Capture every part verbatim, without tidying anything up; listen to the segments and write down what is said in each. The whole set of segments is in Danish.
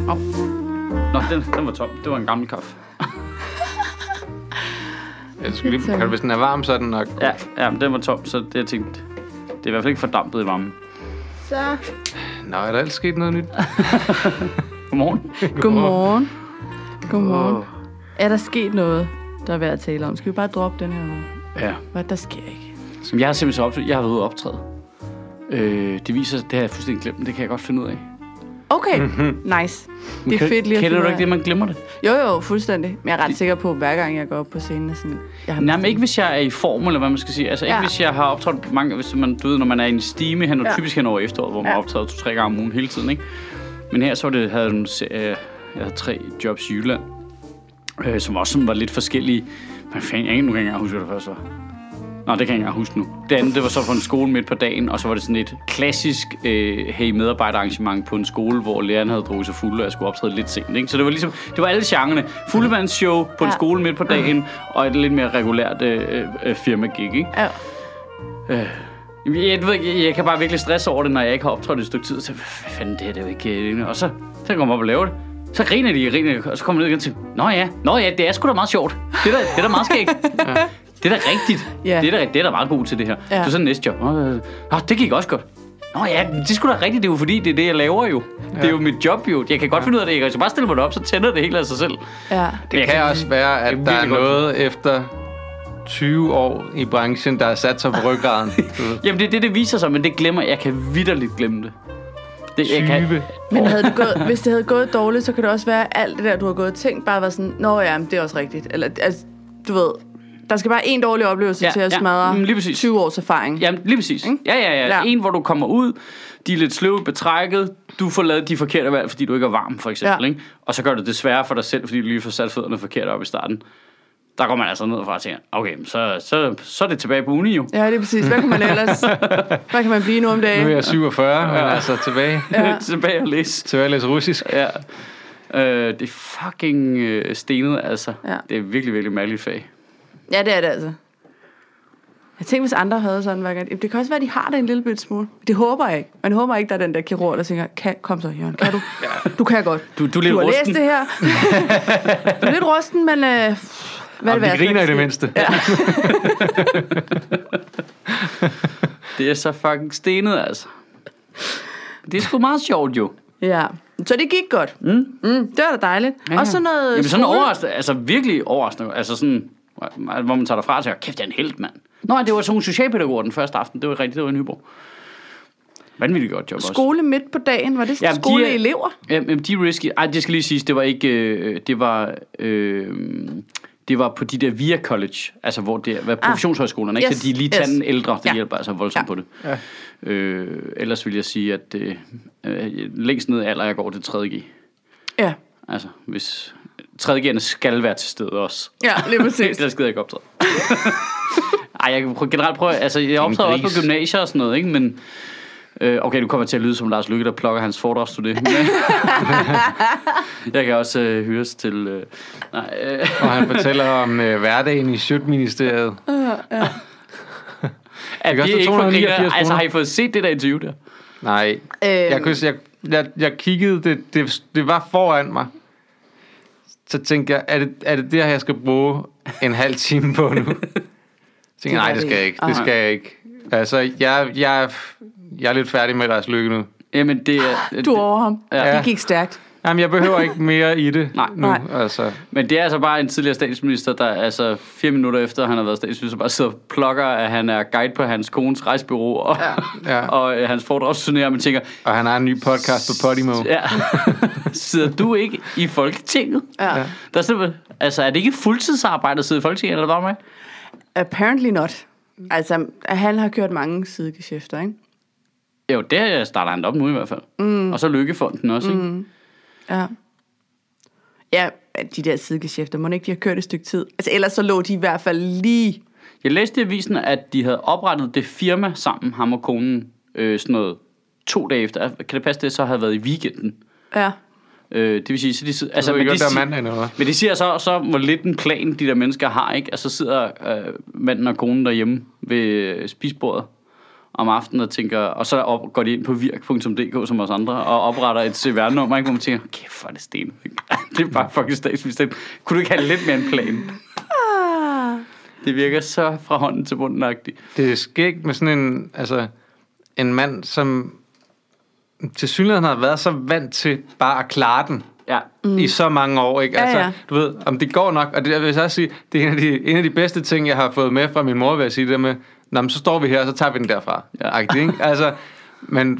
Au. Nå, den, den var tom. Det var en gammel kaffe. Jeg skal lige, kan du, hvis den er varm, så er den nok... Ja, ja, men den var tom, så det jeg tænkte, det er i hvert fald ikke fordampet i varmen. Så. Nå, er der altid sket noget nyt? Godmorgen. Godmorgen. Godmorgen. Oh. Er der sket noget, der er værd at tale om? Skal vi bare droppe den her nu? Ja. Hvad der sker ikke? Som jeg har simpelthen så optaget. Jeg har været ude at optræde. Øh, det viser, det har jeg fuldstændig glemt, men det kan jeg godt finde ud af. Okay, mm-hmm. Nice. Det er kan, fedt lige at kender du ikke det, man glemmer det? Jo, jo, fuldstændig. Men jeg er ret sikker på, hver gang jeg går op på scenen, sådan... Jeg har Nej, men ikke hvis jeg er i form, eller hvad man skal sige. Altså ikke ja. Hvis jeg har optrådt mange... Hvis man, du ved, når man er i en stime, hen, og ja. Typisk hen over efteråret, hvor man ja. har optrådt to-tre gange om ugen hele tiden, ikke? Men her så det, havde en, øh, jeg havde tre jobs i Jylland, øh, som også sådan var lidt forskellige. Men fanden, jeg kan ikke engang huske, hvad det første var. Nå, det kan jeg ikke engang huske nu. Det andet, det var så på en skole midt på dagen, og så var det sådan et klassisk øh, hey medarbejderarrangement på en skole, hvor læreren havde drukket sig fuld, og jeg skulle optræde lidt sent, ikke? Så det var ligesom, det var alle genrerne. Fuldemandsshow på en ja. skole midt på dagen, og et lidt mere regulært øh, øh, firma-gig, ikke? Ja. Øh, jeg, jeg, jeg, jeg kan bare virkelig stresse over det, når jeg ikke har optrådt et stykke tid. Så hvad fanden, det er det jo ikke. Og så, så kommer jeg op og laver det. Så griner de, griner de, og så kommer jeg ned igen til, nå ja, nå ja, det er sgu da meget sjovt. Det er da, det er da meget skægt. Ja. Det er da rigtigt. Yeah. Det er da, det er da meget god til det her. Yeah. Så sådan næste job. Åh, det gik også godt. Nå ja, det er sgu da rigtigt. Det er jo fordi, det er det, jeg laver jo. Yeah. Det er jo mit job jo. Jeg kan godt ja. finde ud af det. Jeg kan så bare stille mig det op, så tænder det helt af sig selv. Ja. Det kan, kan også være, at der er noget godt. Efter tyve år i branchen, der er sat sig på ryggraden. Jamen det er det, det viser sig, men det glemmer jeg. Jeg kan vitterligt glemme det. Det, jeg kan... Men havde det gået, hvis det havde gået dårligt, så kan det også være, at alt det der, du har gået og tænkt, bare var sådan, nå ja, det er også rigtigt. Eller, altså, du ved... Der skal bare en dårlig oplevelse ja, til at smadre ja, tyve års erfaring. Ja, lige præcis. Mm? Ja, ja, ja, ja. En, hvor du kommer ud, de er lidt sløve betrækket, du får lavet de forkerte valg, fordi du ikke er varm, for eksempel. Ja. Ikke? Og så gør du det sværere for dig selv, fordi du lige får sat fødderne forkert op i starten. Der går man altså ned fra og tænker, okay, så, så, så er det tilbage på uni jo. Ja, det er præcis. Hvad kan man ellers? Hvad kan man blive nu om dagen? Nu er jeg syvogfyrre, ja. Men altså tilbage. Ja. tilbage og læse. Tilbage og læse russisk. Ja. Øh, det er fucking øh, stenet, altså. Ja. Det er virkelig, virkelig mærkeligt fag. Ja, det er det altså. Jeg tænker, hvis andre havde sådan, hver gang. Det kan også være, at de har det en lille bit smule. Det håber jeg ikke. Man håber ikke, der er den der kirurg, der tænker, kan, kom så, Jørgen, kan du? Ja. Du kan godt. Du, du er lidt du har rusten. læst det her. Du er lidt rusten, men... Øh, hvad Jamen, de griner i det mindste. Ja. Det er så fucking stenet, altså. Det er sgu meget sjovt, jo. Ja. Så det gik godt. Mm. Mm, det var da dejligt. Ja, ja. Og så noget Jamen, sådan overraskende, altså virkelig overraskende. Altså sådan, hvor man tager derfra og siger, kæft, jeg er en helt mand. Nå, det var sådan en socialpædagog den første aften. Det var rigtigt, det var en Nyborg. Vanvittigt godt job også. Skole midt på dagen, var det sådan skoleelever? Jamen, de er risky. Ej, det skal lige siges, det var ikke, øh, det var... Øh, det var på de der via college, altså hvor det er professionshøjskolerne, ikke? Yes, så de lige tager yes. den ældre, det ja. hjælper altså voldsomt ja. på det. Ja. Øh, ellers vil jeg sige, at øh, øh, længst ned i alder, jeg går til tredje G. Ja. Altså, hvis tredje G'erne skal være til stede også. Ja, lige præcis. Ellers gider jeg ikke optræde. Ej, jeg kan generelt prøve, altså jeg optræder også på gymnasier og sådan noget, ikke? Men øh, okay, du kommer til at lyde som Lars Lykke, der plukker hans foredragsstudie. Jeg kan også øh, hyres til... Øh, nej, øh. Og han fortæller om øh, hverdagen i Sjøtministeriet. Ja, ja. Er det ikke for griner? Altså, har I fået set det der interview der? Nej. Øhm. Jeg, kunne, jeg, jeg, jeg kiggede, det, det, det var foran mig. Så tænkte jeg, er det, er det der, jeg skal bruge en halv time på nu? Så tænkte jeg, nej, det skal jeg ikke. Det skal jeg ikke. Altså, jeg, jeg, jeg er lidt færdig med Lars Lykke nu. Jamen, det er... Du er over ham. Ja. Det gik stærkt. Jamen, jeg behøver ikke mere i det nej, nu. Nej. Altså. Men det er altså bare en tidligere statsminister, der altså fire minutter efter, han har været statsminister, bare sidder og plukker, at han er guide på hans kones rejsebureau, og, ja. Ja. og øh, hans foredragsturnéer, man tænker... Og han har en ny podcast på Podimo. Ja. Sidder du ikke i Folketinget? Ja. Der er, altså, er det ikke fuldtidsarbejde at sidde i Folketinget, eller hvad med? Apparently not. Altså, han har kørt mange sidegeschæfter, ikke? Jo, det starter han op nu i hvert fald. Mm. Og så Lykkefonden også, ikke? Mm. Ja. Ja, de der sidegeschæfter, må ikke de har kørt et stykke tid? Altså, ellers så lå de i hvert fald lige... Jeg læste i avisen, at de havde oprettet det firma sammen, ham og konen, øh, sådan noget to dage efter. Kan det passe, det så havde været i weekenden? Ja. Øh, det vil sige, så de, altså, men, de, de, mandag, men de siger så, så hvor lidt en plan de der mennesker har, ikke? Altså, så sidder øh, manden og konen derhjemme ved spisbordet, om aftenen og tænker, og så op, går de ind på virk punktum d k som os andre, og opretter et C V R-nummer, hvor man tænker, kæft, for det sten. Det er bare fucking statsminister. Kunne du ikke have lidt mere en plan? Det virker så fra hånden til bunden-agtigt. Det er skægt med sådan en, altså, en mand, som til synligheden har været så vant til bare at klare den. Ja. Mm. I så mange år, ikke? Altså, ja, ja. Du ved, om det går nok, og det jeg vil så sige, det er en af, de, en af de bedste ting, jeg har fået med fra min mor, vil jeg sige det med, nå, men så står vi her, og så tager vi den derfra. Ja. Ikke? Altså, men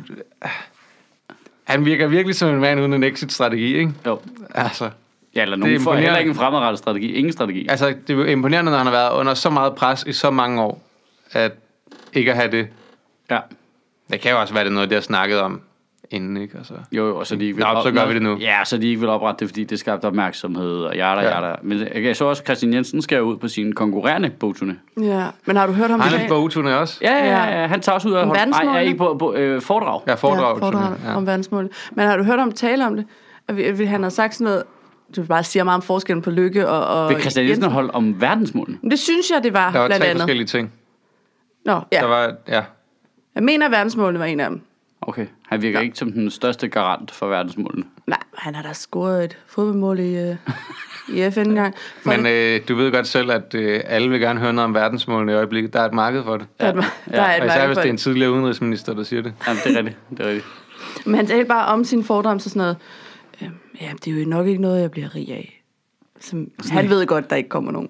han virker virkelig som en mand uden en exit-strategi, ikke? Jo. Altså, ja, eller nogen får heller ikke en fremadrettet strategi. Ingen strategi. Altså, det er imponerende, når han har været under så meget pres i så mange år, at ikke at have det. Ja. Det kan jo også være, det noget, de har snakket om inden, ikke? Altså. Jo, jo, og så de ikke vil Nå, op, så gør vi det nu. Ja, så de ikke vil oprette det, fordi det skabte opmærksomhed, og jada, ja. jada. Men jeg så også, Christian Jensen skal ud på sin konkurrerende bogturné. Ja, men har du hørt ham? Han er bogturné også? Ja, ja, ja, han tager også ud af hold. Nej, jeg er ikke på, på øh, foredrag. Ja, foredrag. Ja, foredrag ja. om verdensmålet. Men har du hørt ham tale om det? At, vi, at vi, han har sagt sådan noget, du bare siger meget om forskellen på Lykke og... og vil Christian Jensen holde om verdensmålene? Det synes jeg, det var, der var blandt tre andet. forskellige ting. Nå, ja. Der var, ja. Jeg mener, at verdensmålene var en af dem. Okay, han virker ja. ikke som den største garant for verdensmålene. Nej, han har da scoret et fodboldmål i, uh, i F N engang. Men øh, du ved godt selv, at øh, alle vil gerne høre noget om verdensmålene i øjeblikket. Der er et marked for det. Ja. Der er et, der er et og især marked hvis for det er en tidligere udenrigsminister, der siger det. Jamen, det er rigtigt. Det er rigtigt. Men han talte bare om sin fordom så sådan noget. Øh, ja, det er jo nok ikke noget, jeg bliver rig af. Som, han ved godt, der ikke kommer nogen.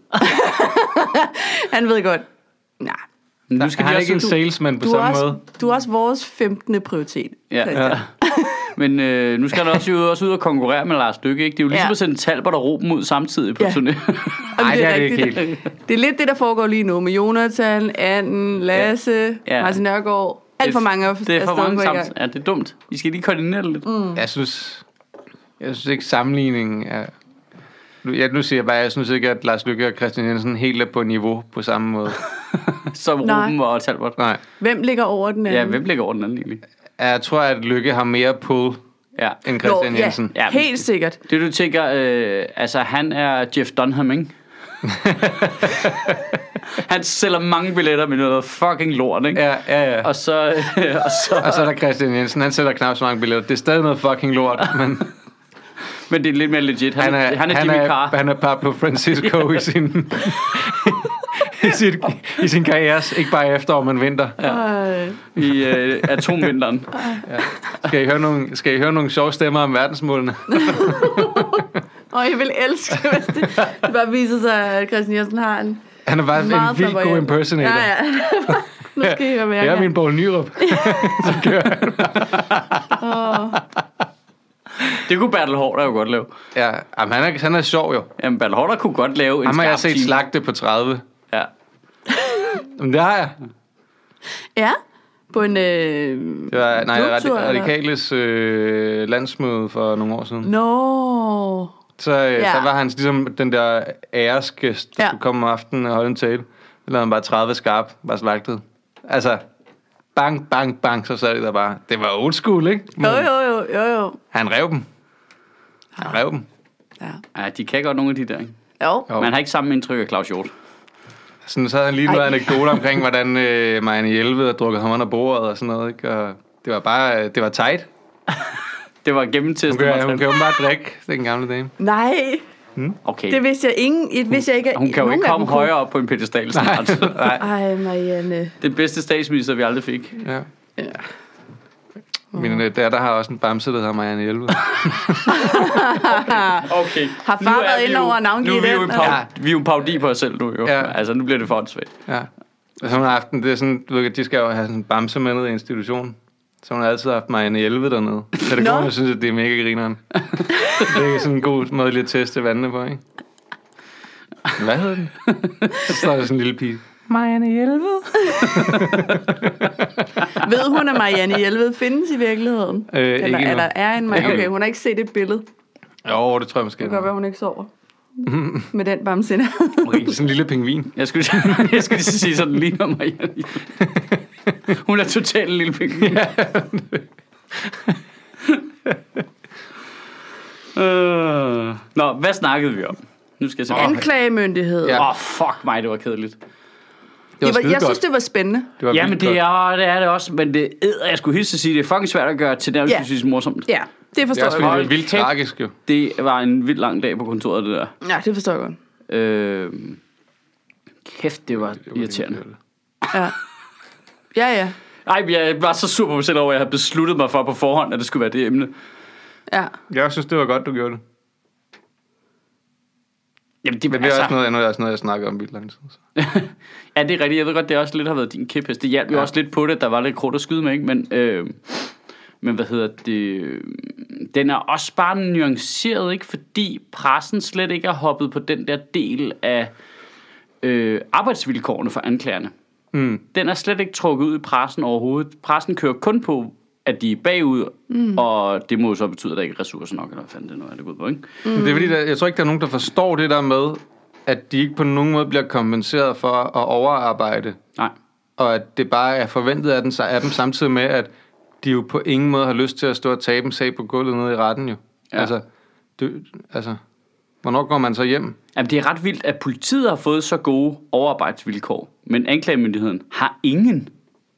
Han ved godt, nej. Men nu skal han er ikke en salesman på du samme også, måde. Du er også vores femtende prioritet. Ja, ja. Men øh, nu skal han også, også ud og konkurrere med Lars Løkke, ikke? Det er jo ligesom ja. at sende Talbot og Ruben ud samtidig på ja. turné. Nej, det er det ikke helt. Det er lidt det, der foregår lige nu med Jonathan, Anden, Lasse, ja. Martin Nørgaard. Alt for mange af Det er for mange sammen. Ja, det er dumt. I skal lige koordinere det lidt. Mm. Jeg synes, jeg synes ikke sammenligningen er... Jeg, nu siger jeg bare, jeg synes ikke, at Lars Løkke og Christian Jensen helt er på niveau på samme måde. Som Ruben og Talbot. Nej. Hvem ligger over den anden? Ja, hvem ligger over den anden egentlig? Jeg tror, at Løkke har mere pull ja. end Christian Nå, Jensen. Ja, helt sikkert. Det du tænker, øh, altså han er Jeff Dunham, ikke? Han sælger mange billetter med noget fucking lort, ikke? Ja, ja, ja. Og så, øh, og så, og så er der Christian Jensen, han sælger knap så mange billetter. Det er stadig noget fucking lort, men... Men det er lidt mere legit. Han, han er, han er han Jimmy er, Carr. Han er Pablo Francisco i sin... I sin, i sin karriere, ikke bare efterår, men vinter. Ja. I øh, atomvinteren. Ja. Skal I høre nogle, skal I høre nogle sjove stemmer om verdensmålene? Og jeg vil elske, hvis det, det bare viser sig, at Christian Jensen har en... Han er bare en vildt god impersonator. Ja, ja. Nu skal I høre, hvad jeg kan. Det er min Poul Nyrup. Så kører oh. Det kunne Bertel Haarder jo godt lave. Ja, jamen, han, er, han er sjov jo. Jamen, Bertel Haarder kunne godt lave en ham skarp har jeg set time. slagte på tredive. Ja. Men det har jeg. Ja, på en øh, det var, nej, Radikales øh, landsmøde for nogle år siden. Nå. No. Så, øh, ja. så var han ligesom den der æresgæst, der ja. skulle komme om aftenen og holde en tale. Så lavede han bare tredive skarp, bare slagtet. Altså, bang, bang, bang, så sad det der bare. Det var old school, ikke? Men jo, jo, jo, jo, jo. Han rev dem. Han rev dem. Ja. Ja, de kan godt nogle af de der, ikke? Jo. jo. Man har ikke samme indtryk af Claus Hjort. Sådan, så havde han lige noget anekdote omkring, hvordan øh, Marianne Jelved havde drukket ham under bordet og sådan noget, ikke? Og det var bare, det var tight. Det var gennemtestet. Hun kan, hun kan jo bare drikke, den gamle dame. Nej. Hmm? Okay. Det vidste jeg ingen, det vidste jeg ikke. Hun kan jo ikke komme højere op på en pedestal snart. Nej. Ej, Marianne. Det bedste statsminister, vi aldrig fik. Ja. Ja. Min datter har også en bamse, der hedder Marianne Jelved. Okay. Har far været inde over at navngive den? Nu er vi jo en, ja. vi er jo en parodi på os selv nu, jo. Ja. Altså, nu bliver det for åndssvagt. Ja. Og så hun har haft det er sådan, du ved, de skal jo have sådan en bamse med ned i institutionen. Så hun har altid haft Marianne Jelved dernede. Så det går, jeg synes, at det er mega grineren. Det er sådan en god måde lige at teste vandene på, ikke? Hvad hedder den? Så står der sådan en lille pige. Marianne Jelved. Ved hun, at Marianne Jelved findes i virkeligheden? Øh, eller, ikke eller er en Marianne? Okay, hun har ikke set et billede. Jo, det tror jeg måske. Det kan godt være, hun ikke sover. Med den bamse. Okay, sådan en lille pingvin. Jeg skulle, jeg skulle sige sådan lige om Marianne. Hun er totalt en lille pingvin. uh, Nå, hvad snakkede vi om? Nu skal jeg se. Anklagemyndighed. Åh, ja. oh, fuck mig, det var kedeligt. Det var, jeg synes, det var spændende. Det var ja, men det er, det er det også. Men det er, jeg skulle hilse at sige, det er fucking svært at gøre til det, jeg synes, morsomt. Ja, det forstår det er jeg godt. Det er vildt tragisk, jo. Det var en vildt lang dag på kontoret, det der. Ja, det forstår jeg godt. Øh, kæft, det var, det var irriterende. Ja. Ja, ja. Ej, jeg var så sur på mig selv over, at jeg havde besluttet mig for på forhånd, at det skulle være det emne. Ja. Jeg synes, det var godt, du gjorde det. Jamen, det, men det er altså... også noget, noget, noget, jeg snakker om vildt lang tid. Ja, det er rigtigt. Jeg ved godt, det også lidt har været din kæphest. Det hjalp jo ja. også lidt på det, der var lidt krudt at skyde med, ikke? Men, øh, men hvad hedder det? Den er også bare nuanceret, ikke? Fordi pressen slet ikke har hoppet på den der del af øh, arbejdsvilkårene for anklagerne. Mm. Den er slet ikke trukket ud i pressen overhovedet. Pressen kører kun på, at de er bagud, mm. og det må jo så betyde, at der ikke er ressourcer nok, eller hvad fanden det nu er, det går på, ikke? Mm. Det er fordi, der, jeg tror ikke, der er nogen, der forstår det der med, at de ikke på nogen måde bliver kompenseret for at overarbejde. Nej. Og at det bare er forventet af, den, af dem, samtidig med, at de jo på ingen måde har lyst til at stå og tabe en sag på gulvet nede i retten, jo. Ja. Altså, det, altså, hvornår går man så hjem? Jamen, det er ret vildt, at politiet har fået så gode overarbejdsvilkår, men anklagemyndigheden har ingen.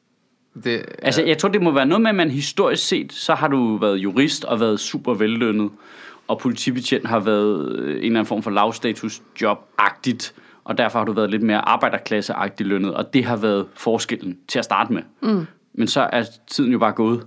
Det, ja. Altså, jeg tror, det må være noget med, at man historisk set, så har du været jurist og været super vellønnet, og politibetjent har været en eller anden form for lavstatus-job-agtigt, og derfor har du været lidt mere arbejderklasse-agtigt lønnet, og det har været forskellen til at starte med. Mm. Men så er tiden jo bare gået,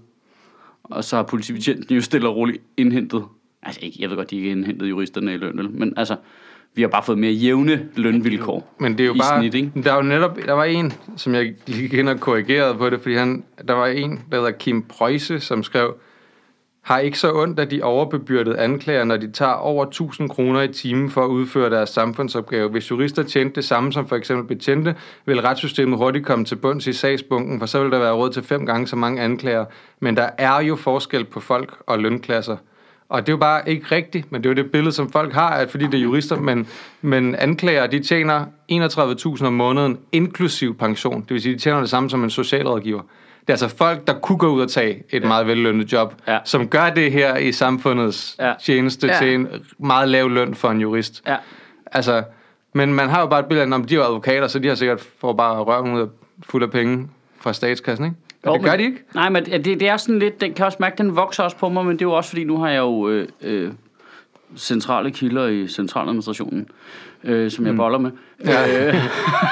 og så har politibetjenten jo stille og roligt indhentet, altså ikke, jeg ved godt, de ikke indhentet juristerne i løn, men altså, vi har bare fået mere jævne lønvilkår. Men det er jo bare, snit, ikke? Der er jo netop, der var en, som jeg lige ind og korrigerede på det, fordi han, der var en, der hedder Kim Preusse, som skrev, har ikke så ondt, at de overbebyrdede anklager, når de tager over tusind kroner i timen for at udføre deres samfundsopgave. Hvis jurister tjente det samme som for eksempel betjente, vil retssystemet hurtigt komme til bunds i sagsbunken, for så vil der være råd til fem gange så mange anklager. Men der er jo forskel på folk og lønklasser. Og det er jo bare ikke rigtigt, men det er jo det billede, som folk har, at fordi det er jurister, men, men anklager, de tjener enogtredive tusind om måneden, inklusiv pension. Det vil sige, de tjener det samme som en socialrådgiver. Det er altså folk, der kunne gå ud og tage et ja. meget vellønnet job, ja. som gør det her i samfundets ja. tjeneste ja. til en meget lav løn for en jurist. Ja. Altså, men man har jo bare et billede af, om de er advokater, så de har sikkert får bare røven ud af fuld af penge fra statskassen, ikke? Jo, det gør men, de ikke? Nej, men det, det er sådan lidt, den kan også mærke, den vokser også på mig, men det er jo også fordi, nu har jeg jo øh, øh, centrale kilder i centraladministrationen, øh, som jeg mm. boller med. Ja. Øh,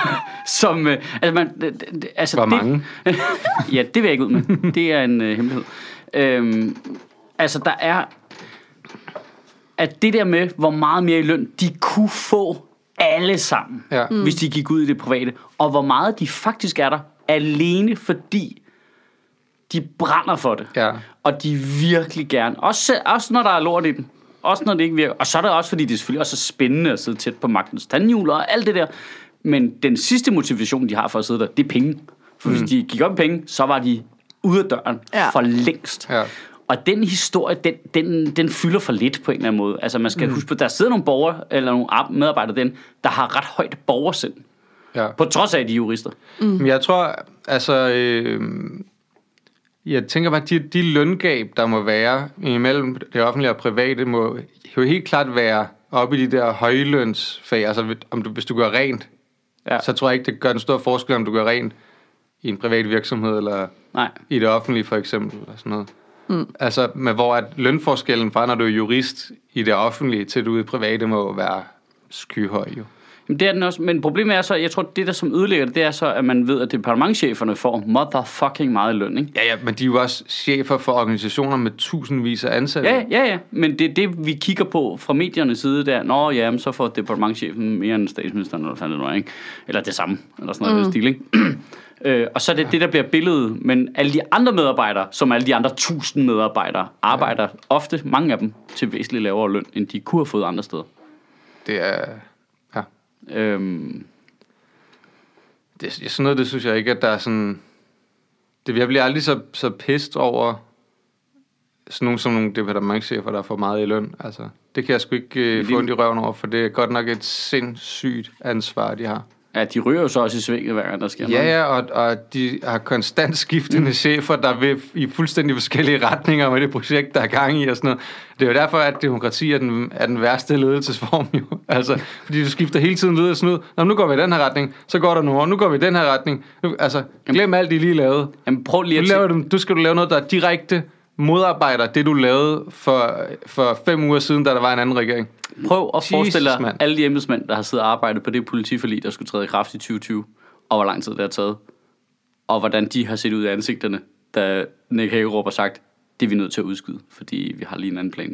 som, øh, altså man... Det, altså Hvor det, mange? Ja, det vil jeg ikke ud med. Det er en øh, hemmelighed. Øh, altså, der er... At det der med, hvor meget mere i løn de kunne få alle sammen, ja. mm. hvis de gik ud i det private, og hvor meget de faktisk er der, alene fordi de brænder for det. Ja. Og de virkelig gerne. Også, også når der er lort i den. Også når det ikke virker. Og så er det også, fordi det er selvfølgelig også så spændende at sidde tæt på magtens tandhjul og alt det der. Men den sidste motivation, de har for at sidde der, det er penge. For mm. hvis de gik op i penge, så var de ude af døren ja. for længst. Ja. Og den historie, den, den, den fylder for lidt på en eller anden måde. Altså man skal mm. huske på, der sidder nogle borgere, eller nogle medarbejdere, den, der har ret højt borgersind. Ja. På trods af de jurister. Mm. Jeg tror, altså... Øh, jeg tænker bare, at de, de løngab, der må være imellem det offentlige og private, må jo helt klart være oppe i de der højlønsfag. Altså, om du, hvis du gør rent, ja. så tror jeg ikke, det gør en stor forskel, om du gør rent i en privat virksomhed, eller Nej. i det offentlige, for eksempel. Eller sådan noget. Mm. Altså, med hvor at lønforskellen fra, når du er jurist i det offentlige, til du er i private, må være skyhøj, jo. Det er den også, men problemet er så, jeg tror, det der som ødelægger det, det er så, at man ved, at departementscheferne får motherfucking meget løn, ikke? Ja, ja, men de er jo også chefer for organisationer med tusindvis af ansatte. Ja, ja, ja, men det er det, vi kigger på fra mediernes side der. Nå, ja, så får departementschefen mere end statsministeren, eller sådan noget, ikke? Eller det samme, eller sådan noget, mm. stil, ikke? øh, og så er det det, der bliver billedet, men alle de andre medarbejdere, som alle de andre tusind medarbejdere, arbejder ja. ofte, mange af dem, til væsentligt lavere løn, end de kunne have fået andre steder. Det er... Øhm. Det, sådan noget, det synes jeg ikke, at der er sådan... Det, jeg bliver aldrig så, så pissed over sådan nogle, som nogle departementschefer, der får meget i løn. Altså, det kan jeg sgu ikke uh, få ondt i røven over, for det er godt nok et sindssygt ansvar, de har. Ja, de ryger jo så også i svinget, hver gang der sker ja, noget. Ja, og, og de har konstant skiftende mm. chefer, der vil i fuldstændig forskellige retninger med det projekt, der er gang i og sådan noget. Det er jo derfor, at demokrati er den, er den værste ledelsesform jo. Altså, fordi du skifter hele tiden ledelse ud. Nå, nu går vi i den her retning, så går der nogle år, nu går vi i den her retning. Nu, altså, glem alt, de lige lavede. Jamen, prøv lige at du, du, du skal du lave noget, der er direkte modarbejder det, du lavede for, for fem uger siden, da der var en anden regering. Prøv at forestille dig alle de embedsmænd, der har siddet og arbejdet på det politiforlig, der skulle træde i kraft i tyve tyve, og hvor lang tid det har taget, og hvordan de har set ud af ansigterne, da Nick Hækkerup har sagt, det er vi nødt til at udskyde, fordi vi har lige en anden plan.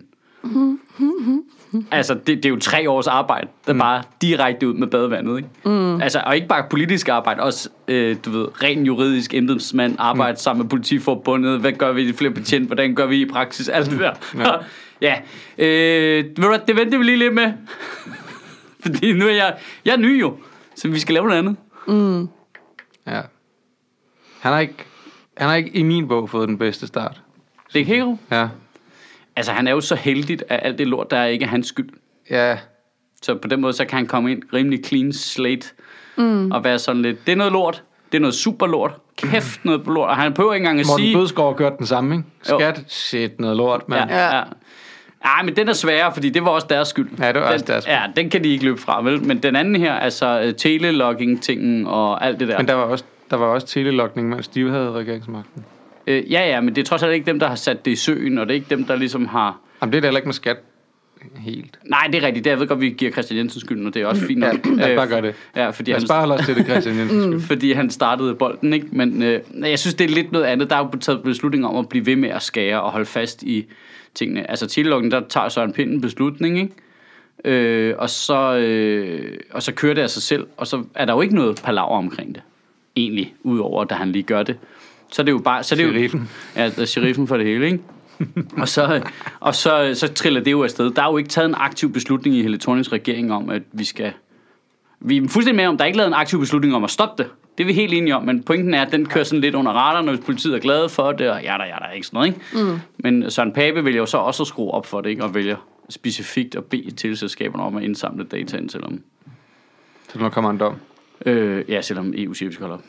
Altså, det, det er jo tre års arbejde, der mm. bare direkte ud med badevandet, ikke? Mm. Altså, og ikke bare politisk arbejde, også, øh, du ved, ren juridisk embedsmand, arbejde mm. sammen med politiforbundet, hvad gør vi i flere betjent, hvordan gør vi i praksis, alt det der. Ja, ja. Øh, det venter vi lige lidt med, fordi nu er jeg, jeg er ny jo, så vi skal lave noget andet. Mm. Ja. Han har ikke, han har ikke i min bog fået den bedste start. Det er Hækkerup? Ja. Altså, han er jo så heldigt, at alt det lort, der er ikke er hans skyld. Ja. Så på den måde, så kan han komme ind rimelig clean slate, mm. og være sådan lidt, det er noget lort, det er noget super lort, kæft noget lort, og han prøver ikke engang at Morten sige... Morten Bødskov har gjort den samme, ikke? Skat, jo. Shit, noget lort, mand. Ja, ja. Ej, men den er sværere, fordi det var også deres skyld. Ja, det var den, også deres skyld. Ja, den kan de ikke løbe fra, vel? Men den anden her, altså telelogging-tingen og alt det der. Men der var også, der var også telelogning, mens de havde regeringsmagten. Øh, ja, ja, men det er trods alt ikke dem, der har sat det i søen, og det er ikke dem, der ligesom har... Jamen, det er da heller ikke med skat helt. Nej, det er rigtigt. Det jeg ved godt, vi giver Christian Jensen skylden, og det er også fint nok. Ja, lad os bare gøre det. Ja, fordi lad os bare holde os til det, Christian Jensen skyld. Fordi han startede bolden, ikke? Men øh, jeg synes, det er lidt noget andet. Der er jo taget beslutning om at blive ved med at skære og holde fast i tingene. Altså, teleloggen, der tager Søren Pind en beslutning, ikke? Øh, og, så, øh, og så kører det af sig selv, og så er der jo ikke noget palaver omkring det. Egentlig, udover da han lige gør det. Så er det jo bare... Så er det sheriffen. Jo, ja, det er sheriffen for det hele, ikke? og så, og så, så triller det jo afsted. Der er jo ikke taget en aktiv beslutning i Helle Thornings regering om, at vi skal... Vi er fuldstændig med om, der er ikke lavet en aktiv beslutning om at stoppe det. Det er vi helt enige om, men pointen er, at den kører sådan lidt under radaren, når politiet er glade for det, og ja, der, ja, der er ikke sådan noget, ikke? Mm. Men Søren Pape vil jo så også skrue op for det, ikke? Og vælger specifikt at bede teleselskaberne om at indsamle data ind, selvom... Så der kommer en dom? Øh, ja, selvom E U siger, vi skal holde op.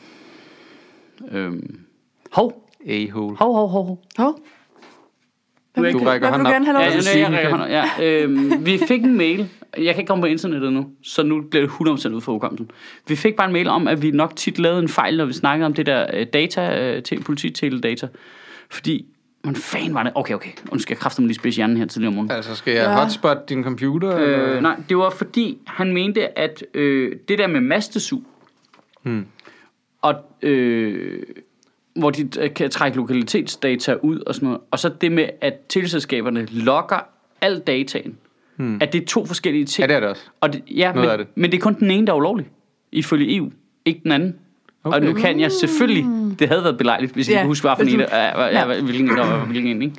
Øhm. Hov! A-hole. Hov, hov, hov. Hov. Du, du rækker hånden op. Gerne have ja, ja, jeg rækker hånden op. Ja, øhm, vi fik en mail. Jeg kan ikke komme på internettet nu, så nu bliver det hundrede procent ud for hukommelsen. Vi fik bare en mail om, at vi nok tit lavede en fejl, når vi snakkede om det der data, uh, til politi-teledata. Fordi, man fan var det? Okay, okay. Nu skal jeg kræfte mig lige spids hjernen her tidligere om morgenen. Altså, skal jeg ja. hotspot din computer? Øh, eller? Nej, det var fordi, han mente, at øh, det der med mastesug, hmm. og... Øh, hvor de kan trække lokalitetsdata ud og sådan noget. Og så det med, at teleselskaberne logger al dataen. Hmm. At det er to forskellige ting. Ja, det er det også. Og det, ja, men, det. men det er kun den ene, der er ulovlig. Ifølge E U. Ikke den anden. Okay. Og nu kan jeg selvfølgelig... Det havde været belejligt, hvis ja, jeg kunne huske, hvilken en, ja. hvilken en der var hvilken en, ikke?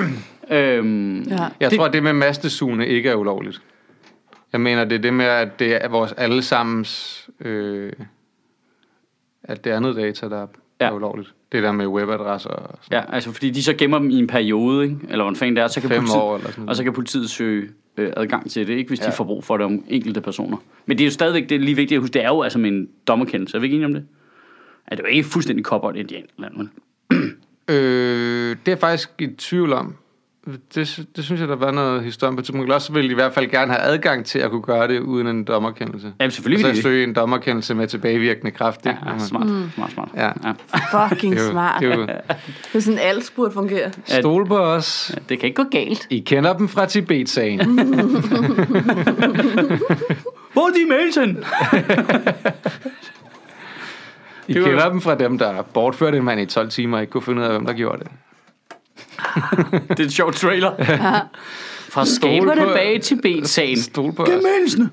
øhm, ja. Jeg tror, at det med mastesugene ikke er ulovligt. Jeg mener, det er det med, at det er vores allesammens... Øh, at det er andet data, der er... Ja. Er ulovligt. Det der med webadresser og ja, altså fordi de så gemmer dem i en periode, ikke? Eller hvordan fanden det er, så kan Fem politiet, år eller sådan og så kan politiet søge øh, adgang til det, ikke? Hvis ja. de får brug for det om enkelte personer. Men det er jo stadigvæk, det er lige vigtigt at huske, det er jo altså med en dommerkendelse. Er vi ikke enige om det? Er det jo ikke fuldstændig cop-out indian land, vel? øh, det er jeg faktisk i tvivl om. Det, det synes jeg, der var noget historie på tidspunkt. Også ville i hvert fald gerne have adgang til at kunne gøre det uden en dommerkendelse. Ja, selvfølgelig vil de. Så søge en dommerkendelse med tilbagevirkende kraft. Ja, ja, smart, mm. smart, smart. Ja. Ja. Fucking det jo, smart. Det er, jo, det er sådan, alt burde fungere. Stol på os. Ja, det kan ikke gå galt. I kender dem fra Tibet-sagen. Hvor er de mailsen? I kender var... dem fra dem, der bortførte en mand i tolv timer og ikke kunne finde ud af, hvem der gjorde det. Det er en sjov trailer. Ja. Fra skaberne bag Tibet-sagen. Stol på Gemænsene.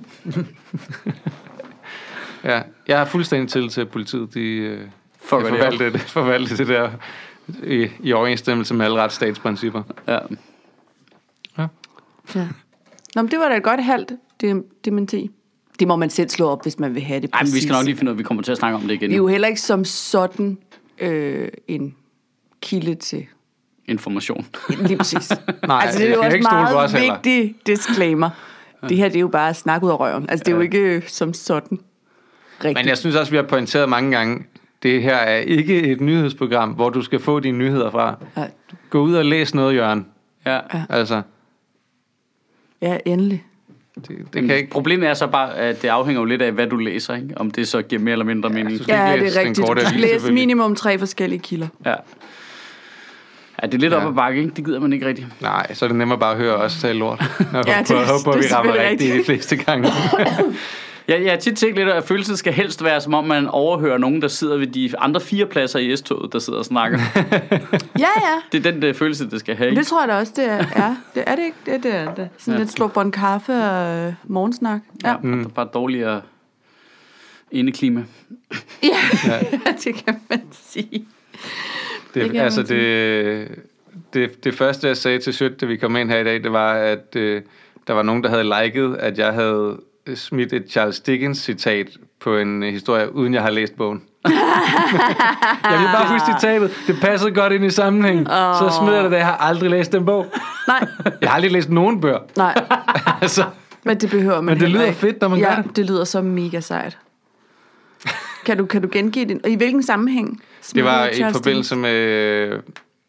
Ja, jeg har fuldstændig til til, at politiet de øh, forvalte det, forvalte det der i, i overensstemmelse med alle retsstatsprincipper. Ja. Ja. Ja. Nå, men det var da et godt halvt dementi. Det må man selv slå op, hvis man vil have det præcis. Ej, men vi skal nok lige finde ud af, vi kommer til at snakke om det igen. Vi er jo heller ikke som sådan øh, en kilde til information. Lige præcis. Nej, altså, det er jo også meget vigtig disclaimer. Ja. Det her, det er jo bare snak ud af røven. Altså, det er ja. jo ikke som sådan. rigtigt. Men jeg synes også, vi har pointeret mange gange, det her er ikke et nyhedsprogram, hvor du skal få dine nyheder fra. Ja. Gå ud og læs noget, Jørgen. Ja. Altså. Ja, endelig. Det, det kan ikke. Problemet er så bare, at det afhænger jo lidt af, hvad du læser, ikke? Om det så giver mere eller mindre mening. Ja, ja det er rigtigt. Du skal læse minimum tre forskellige kilder. Ja. Ja, det er lidt ja. op ad bakke, ikke? Det gider man ikke rigtigt. Nej, så er det nemmere bare at høre os tale lort. Jeg ja, håber, det, håber, det, vi rammer rigtigt de fleste gange. Ja, jeg har tit tænkt lidt, at følelsen skal helst være, som om man overhører nogen, der sidder ved de andre fire pladser i S-toget, der sidder og snakker. Ja, ja. Det er den der følelse, det skal have. Det tror jeg da også, det er. Ja, det er det ikke. Det er det. Er det. Sådan ja. lidt slå bånd kaffe og øh, morgensnak. Ja. Ja, mm. bare dårligere indeklima. Ja, ja. Det kan man sige. Det, det altså det, det, det første, jeg sagde til Sødt, da vi kom ind her i dag, det var, at øh, der var nogen, der havde liket, at jeg havde smidt et Charles Dickens citat på en historie, uden jeg har læst bogen. Jeg vil bare huske citatet. Det passede godt ind i sammenhæng. Oh. Så smider jeg det, da jeg har aldrig læst den bog. Nej. Jeg har aldrig læst nogen bøger. Nej. Altså. Men det behøver man. Men det lyder ikke. fedt, når man ja, gør det. det lyder så mega sejt. Kan du, kan du gengive det? Og i hvilken sammenhæng? Det var i forbindelse med,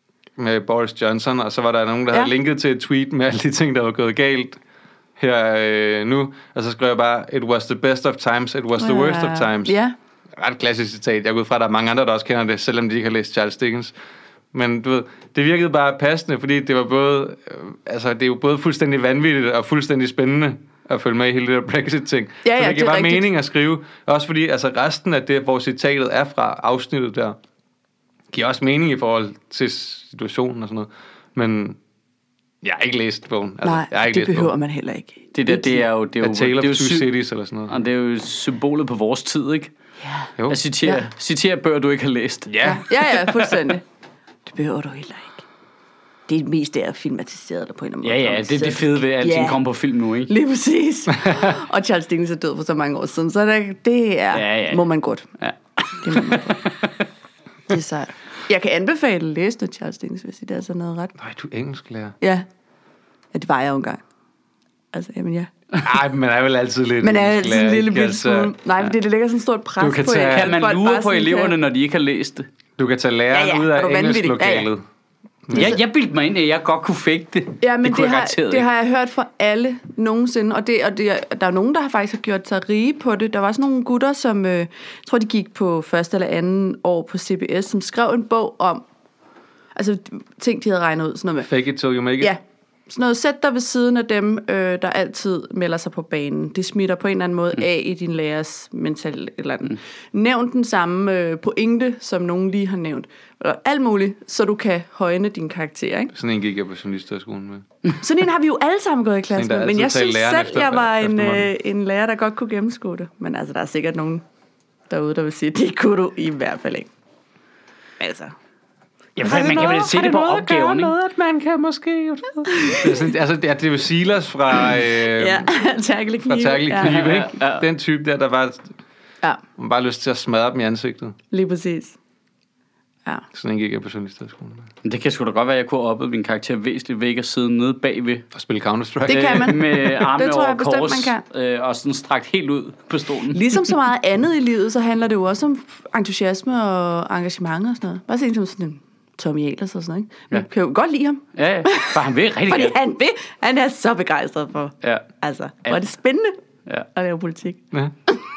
med Boris Johnson, og så var der nogen, der ja. havde linket til et tweet med alle de ting, der var gået galt her øh, nu. Og så skrev jeg bare, it was the best of times, it was the ja. worst of times. Ja. Ret klassisk citat. Jeg går ud fra, at der er mange andre, der også kender det, selvom de ikke har læst Charles Dickens. Men du ved, det virkede bare passende, fordi det var både, øh, altså det er jo både fuldstændig vanvittigt og fuldstændig spændende at følge med i hele det der Brexit-ting. Ja, ja, så det giver bare rigtigt. mening at skrive. Også fordi altså resten af det, hvor citatet er fra afsnittet der, giver også mening i forhold til situationen og sådan noget. Men jeg har ikke læst bogen. Altså, Nej, jeg har ikke det læst behøver bogen. man heller ikke. Det, der, det er jo... Det er jo, A Tale det er of jo Two sy- Cities eller sådan noget. Og det er jo symbolet på vores tid, ikke? Ja. Jo. At citere, ja. citere bøger, du ikke har læst. Ja, ja, ja fuldstændig. Det behøver du heller ikke. Det er mest der filmatiseret der på en eller anden måde. Ja, ja, det er det fede ved, at alting yeah. kommer på film nu, ikke? Lige præcis. Og Charles Dickens er død for så mange år siden, så det, det er, ja, ja. må man godt. Ja. Det må man godt. Det er sejt. Jeg kan anbefale at læse noget Charles Dickens, hvis det er sådan noget ret. Nej, du er engelsklærer. Ja. Ja, det var jeg jo engang. Altså, jamen ja. Nej, men man er vel altid lidt Man er altid en lille bitte smule. Nej, men det, det lægger sådan et stort pres kan på. Tage, kan man lure på eleverne, kan... når de ikke har læst det? Du kan tage læreren ja, ja. ud af engelsklokalet. Ja, ja. Jeg, jeg bildte mig ind, at jeg godt kunne fake det. Ja, men det, det, har, det har jeg hørt fra alle nogensinde. Og, det, og det, der er nogen, der har faktisk har gjort sig rige på det. Der var sådan nogle gutter, som øh, jeg tror, de gik på første eller anden år på C B S, som skrev en bog om, altså ting, de havde regnet ud. Sådan noget med. Fake it till you make it. Ja. Sådan noget, sæt dig ved siden af dem, øh, der altid melder sig på banen. Det smitter på en eller anden måde mm. af i din lærers mental eller den. Mm. Nævn den samme øh, pointe, som nogen lige har nævnt. Eller alt muligt, så du kan højne din karakter, ikke? Sådan en gik jeg på journalisterskolen med. Sådan en har vi jo alle sammen gået i klasse med. Men jeg synes selv, efter, jeg var en, øh, en lærer, der godt kunne gennemskue det. Men altså, der er sikkert nogen derude, der vil sige, det kunne du i hvert fald ikke. Altså... Ja, for man kan vel se det på opgaven, ikke? Noget, at man kan måske... det er sådan, altså, det er, det er jo Silas fra... Øh, ja, Terkel Knive. Fra Terkel Knive, ja, ikke? Ja, ja. Den type der, der var... Ja. Man bare lyst til at smadre dem i ansigtet. Lige præcis. Ja. Sådan en gik jeg på journalisterskolen. Det kan sgu da godt være, at jeg kunne have oppet min karakter væsentligt væk og sidde nede bagved. Og spille Counter-Strike. Det kan man. Med armene over bestemt, kors. Man kan. Øh, og sådan strakt helt ud på stolen. Ligesom så meget andet i livet, så handler det jo også om entusiasme og engagement og sådan noget. Bare se som sådan en Tommy Ahlers og sådan noget, ikke? Men ja. kan jo godt lide ham. Ja, ja. For han vil rigtig Fordi gerne. han vil. Han er så begejstret for. Ja. Altså, hvor er det spændende ja. at lave politik. Ja.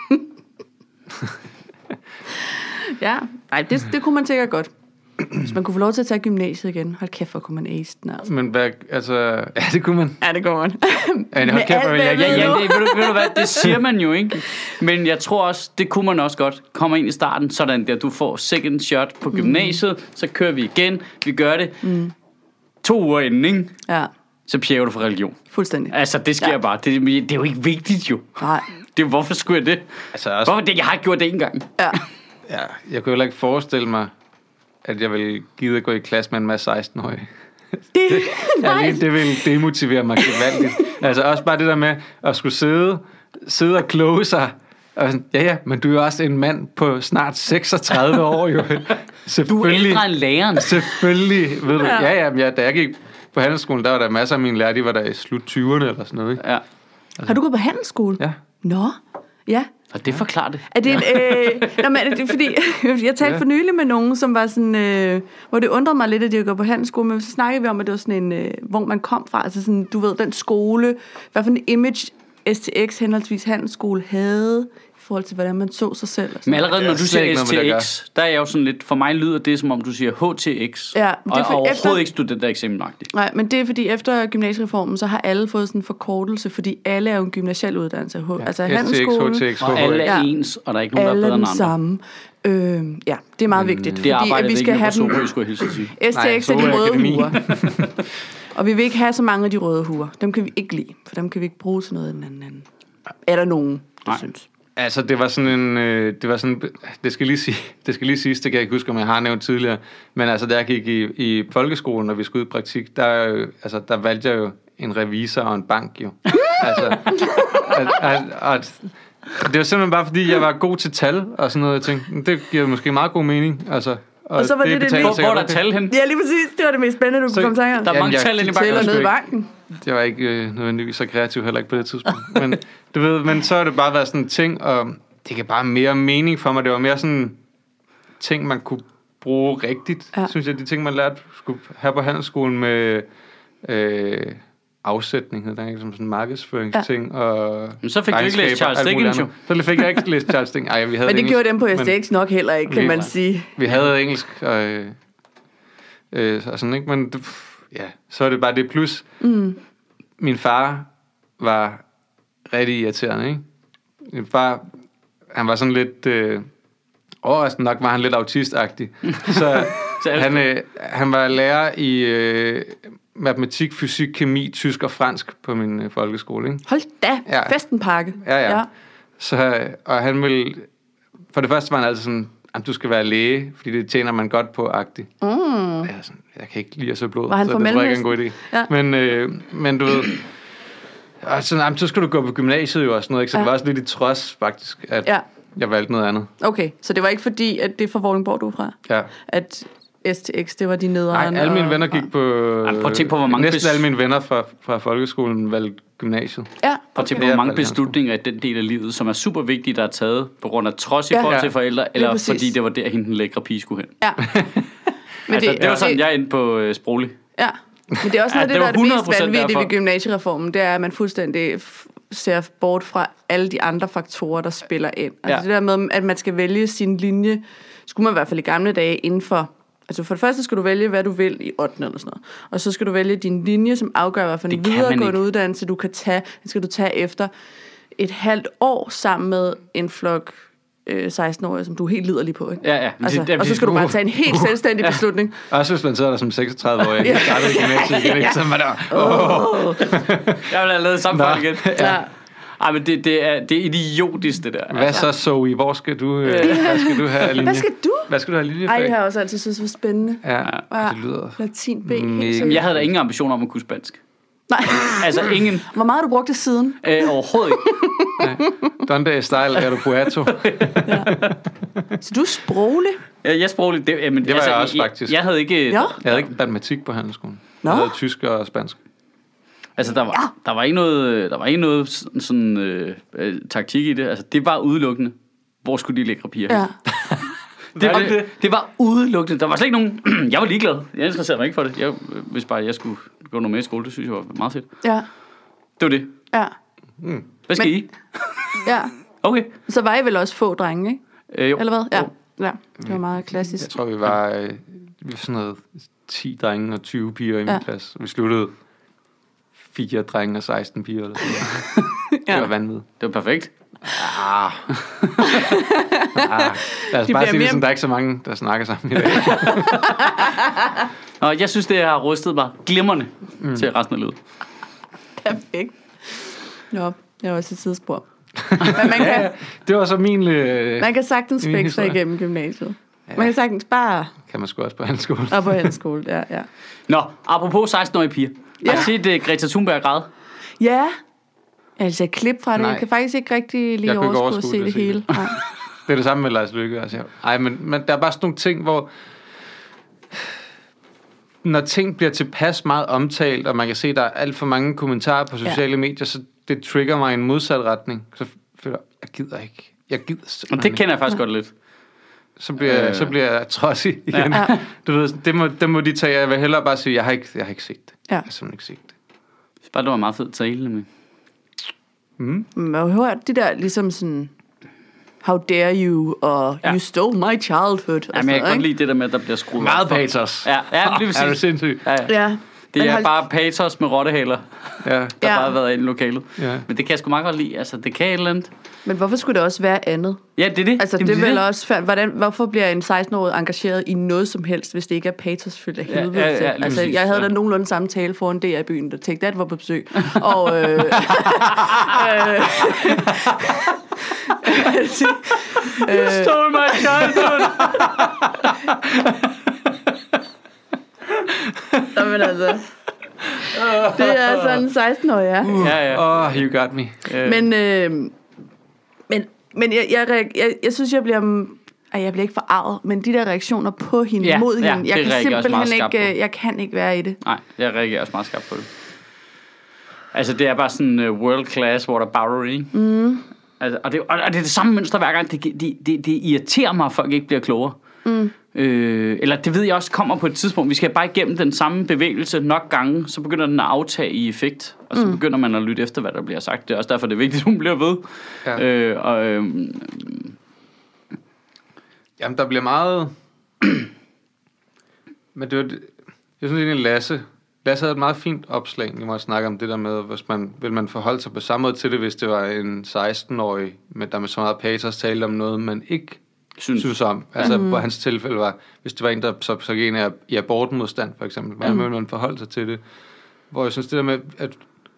ja. Nej, det, det kunne man sikkert godt. Hvis man kunne få lov til at tage gymnasiet igen. Hold kæft, hvor kunne man ace den, altså. Men hvad, altså... Ja, det kunne man. Ja, det kunne man. Ja, hold kæft, alt, jeg, ja, ja, det, ved, du, ved du hvad, det siger man jo ikke. Men jeg tror også, det kunne man også godt. Kommer ind i starten, sådan der, du får second shot på gymnasiet, mm. så kører vi igen, vi gør det. Mm. To uger inden, ikke? Ja. Så pjæver du for religion. Fuldstændig. Altså, det sker ja. bare. Det, det er jo ikke vigtigt, jo. Nej. Det er, hvorfor skulle jeg det? Altså, også... Hvorfor det? Jeg har ikke gjort det engang. Ja. Ja, jeg kunne heller ikke forestille mig, at jeg ville gide at gå i klasse med en masse seksten-årige. Det, det, det vil demotivere mig gevaldigt. Altså også bare det der med at skulle sidde, sidde og kloge sig. Og sådan, ja, ja, men du er jo også en mand på snart seksogtredive år, jo. Du er ældre end læreren. Selvfølgelig, ved du. Ja, ja, ja, da jeg gik på handelsskolen, der var der masser af mine lærere, de var der i slut tyverne eller sådan noget, ikke? Ja. Altså, har du gået på handelsskole? Ja. Nå, ja. Og det forklarer det. Er det, øh, nå, men er det fordi, jeg talte for nylig med nogen, som var sådan, øh, hvor det undrede mig lidt, at de går på handelsskole, men så snakkede vi om, at det var sådan en, øh, hvor man kom fra, altså sådan, du ved, den skole, hvad for en image S T X henholdsvis handelsskole havde, i forhold til, hvordan man så sig selv. Men allerede når du siger S T X, der er jeg jo sådan lidt, for mig lyder det, som om du siger H T X, ja, og, og overhovedet efter, ikke student der eksamenagtigt. Nej, men det er fordi, efter gymnasiereformen, så har alle fået sådan en forkortelse, fordi alle er jo en gymnasial uddannelse. Ja. Altså handelsskolen, S T X, H T X, og alle er ens, og der er ikke nogen, der er bedre end andre. Samme. Øh, ja, det er meget vigtigt. Det fordi, at vi skal have dem. Sorø, skulle jeg hilse at sige. S T X er de røde huer. Og vi vil ikke have så mange af de røde huer. Dem kan vi ikke lide, for dem kan vi ikke bruge til noget i den anden ende. Er der nogen, der synes? Altså, det var sådan en, øh, det var sådan, det skal lige sige, det skal lige siges, det kan jeg ikke huske, om jeg har nævnt tidligere, men altså, da jeg gik i, i folkeskolen, når vi skulle ud i praktik, der, øh, altså, der valgte jeg jo en revisor og en bank, jo. altså, at, at, at, det var simpelthen bare, fordi jeg var god til tal og sådan noget, jeg tænkte, det giver måske meget god mening, altså. Og, og så var det det, det mest... Hvor er der tal hen? Ja, lige præcis. Det var det mest spændende, du så, kunne komme tanker. Der er mange tal inde i banken. Nede i banken. Det var ikke øh, nødvendigvis så kreativ heller ikke på det tidspunkt. Men, du ved, men så har det bare været sådan en ting, og det kan bare mere mening for mig. Det var mere sådan ting, man kunne bruge rigtigt. Ja. Synes jeg, de ting, man lærte, skulle have på handelsskolen med øh, afsætning, hedder det, som sådan en markedsføringsting. Ja. Og men så fik du ikke læst Charles Dickens, jo. Så fik jeg ikke læst Charles Dickens. Ej, vi havde men det engelsk, gjorde dem på S T X nok heller ikke, kan vi, man sige. Vi havde engelsk og, øh, øh, og sådan, ikke? Men ja, så er det bare det plus. Mm. Min far var rigtig irriterende, ikke? Min far, han var sådan lidt... Øh, overraskende nok var han lidt autistagtig. Så han, øh, han var lærer i øh, matematik, fysik, kemi, tysk og fransk på min øh, folkeskole, ikke? Hold da, ja. Festenpakke. Ja, ja. ja. Så, og han ville... For det første var han altid sådan, at du skal være læge, fordi det tjener man godt på, agtigt. Mm. Jeg, sådan, jeg kan ikke lide at søge blod, var han så det var ikke en god idé. Ja. Men, øh, men du ved... Og så, nej, så skal du gå på gymnasiet jo og sådan noget, ikke? Så ja. Det var også lidt i trods, faktisk, at ja. Jeg valgte noget andet. Okay, så det var ikke fordi, at det er fra Vordingborg, du er fra? Ja. At S T X, det var de nederen? Nej, alle mine venner gik på... Ja, prøv at tænke på, hvor mange... Næsten alle mine venner fra, fra folkeskolen valgte gymnasiet. Ja, okay. Prøv at tænke på, hvor mange beslutninger i den del af livet, som er super vigtige, der er taget på grund af trods i forhold ja. Til forældre, eller ja, fordi det var der, hende den lækre pige skulle hen. Ja. Men altså, det, det var sådan, jeg endte på uh, sproglig. Ja, men det er også noget af ja, det, der er det mest vanvittige ved gymnasiereformen, det er, at man fuldstændig ser bort fra alle de andre faktorer, der spiller ind. Altså ja. Det der med, at man skal vælge sin linje, skulle man i hvert fald i gamle dage inden for... Altså for det første skal du vælge, hvad du vil i ottende eller sådan noget. Og så skal du vælge din linje, som afgør, hvad for en videregående uddannelse du kan tage. Den skal du tage efter et halvt år sammen med en flok øh, seksten-årige, som du er helt liderlig på. Ikke? Ja, ja. Altså, det, og så skal du bare tage en helt selvstændig ja. Beslutning. Også hvis man sidder der som seksogtredive-årig. Jeg startede i gymnasiet igen, ikke? Så man der... Oh. Jeg vil have lavet samme folk igen. Ja. Ej, men det, det, er, det er idiotisk, det der. Hvad altså. Så, Zoe? Hvor skal du, øh, hvad skal du have linje? Hvad skal du? Hvad skal du have linjefag? Ej, det har jeg også altid synes det var spændende. Ja, ja. Det lyder... Latin B. Mm, jeg havde da ingen ambitioner om at kunne spansk. Nej. Altså ingen. Hvor meget har du brugt det siden? Øh, overhovedet ikke. Donde style er du puerto. Ja. Så du er sproglig? Ja, jeg er sproglig. Det, jamen, det var altså, jeg også, faktisk. Jeg, jeg havde ikke... Ja? Jeg havde ikke matematik på handelsskolen. Jeg havde tysk og spansk. Altså, der var, ja. der var ikke noget, der var ikke noget sådan, sådan øh, øh, taktik i det. Altså, det var udelukkende. Hvor skulle de lækre piger? Ja. det, var, det, det var udelukkende. Der var slet ikke nogen... jeg var ligeglad. Jeg interesserede mig ikke for det. Jeg, hvis bare jeg skulle gå noget mere i skole, det synes jeg var meget fedt. Ja. Det var det. Ja. Mm. Hvad skal Men, I? ja. Okay. Så var I vel også få drenge, ikke? Øh, jo. Eller hvad? Ja. Jo. Ja. Det var meget klassisk. Jeg tror, vi var, øh, vi var sådan noget ti drenge og tyve piger i min ja. Klasse. Vi sluttede fire drenge og seksten piger. Eller sådan. ja. Det var vanvittigt. Det var perfekt. Ah. ah. Lad os de bare sige mere... det, sådan, der er ikke så mange, der snakker sammen i dag. Og jeg synes, det har rustet mig glimrende mm. til resten af livet. Perfekt. Nå, jeg var også et sidespor. Men man kan, ja, det var så min... Øh, man kan sagtens fække sig igennem gymnasiet. Ja. Man kan sagtens bare... Kan man sgu også på handelsskole. Og på handelsskole, ja, ja. Nå, apropos seksten-årige piger. Ja. Har du set uh, Greta Thunberg græde? Ja. Altså et klip fra det. Nej. Jeg kan faktisk ikke rigtig lige overskue at se det, det hele. Nej. Det er det samme med Lars Løkke. Altså. Ej, men, men der er bare sådan nogle ting, hvor... Når ting bliver tilpas meget omtalt, og man kan se, at der er alt for mange kommentarer på sociale ja. medier, så det trigger mig i en modsat retning. Så føler jeg, jeg gider ikke. jeg gider simpelthen. Og det kender jeg faktisk ja. godt lidt. Så bliver, øh. så bliver jeg trodsig igen. Ja. Du ved, det må, det må de tage. Jeg vil hellere bare sige, jeg har ikke, jeg har ikke set det. Ja. Jeg har simpelthen ikke set det. Det bare, det var meget fedt tale med. Mm. Man har hørt de der ligesom sådan, how dare you, og ja. you stole my childhood. Ja, men jeg kan godt lide det der med, at der bliver skruet. Meget patos. Ja, ja, lige er du sindssygt? Ja, ja. ja. Det er hold... bare patos med rottehæler, ja. der ja. bare har været inde i lokalet. Ja. Men det kan jeg sgu meget godt lide. Altså, det kan et eller andet. Men hvorfor skulle det også være andet? Ja, det er det. Altså, det, det, det er vel det. også... Hvordan, hvorfor bliver en seksten-årig engageret i noget som helst, hvis det ikke er patosfyldt af helvede? Ja, ja, ja, altså, jeg havde ja. da nogenlunde samme tale foran D R-byen, der tænkte, at det var på besøg. Og... Øh, øh, you stole my childhood! Jamen altså... Det er sådan seksten-årig, ja. Uh, ja, ja. Oh, you got me. Uh. Men, øh, men, men jeg, jeg, jeg, jeg synes, jeg bliver... Ej, jeg bliver ikke forarvet, men de der reaktioner på hende, ja, mod ja, hende, jeg kan simpelthen ikke, jeg kan ikke være i det. Nej, jeg reagerer også meget skarpt på det. Altså, det er bare sådan uh, world class waterbowery. Mm. Altså, og, det, og det er det samme mønster hver gang. Det, det, det, det irriterer mig, at folk ikke bliver klogere. Mm. Øh, eller det ved jeg også kommer på et tidspunkt. Vi skal bare igennem den samme bevægelse nok gange, så begynder den at aftage i effekt, og så mm. begynder man at lytte efter, hvad der bliver sagt. Det er også derfor, det er vigtigt, at hun bliver ved. Ja. Øh, og, øh, Jamen, der bliver meget... Men det var... Jeg synes egentlig, Lasse... Lasse havde et meget fint opslag, når man snakker om det der med, hvis man, vil man forholde sig på samme måde til det, hvis det var en seksten-årig, med, der med så meget patos talte om noget, man ikke synes, synes om. Altså, mm. hvor hans tilfælde var, hvis det var en, der så, så gik ind i abortmodstand, for eksempel. Hvordan mm. vil man forholde sig til det? Hvor jeg synes, det der med, at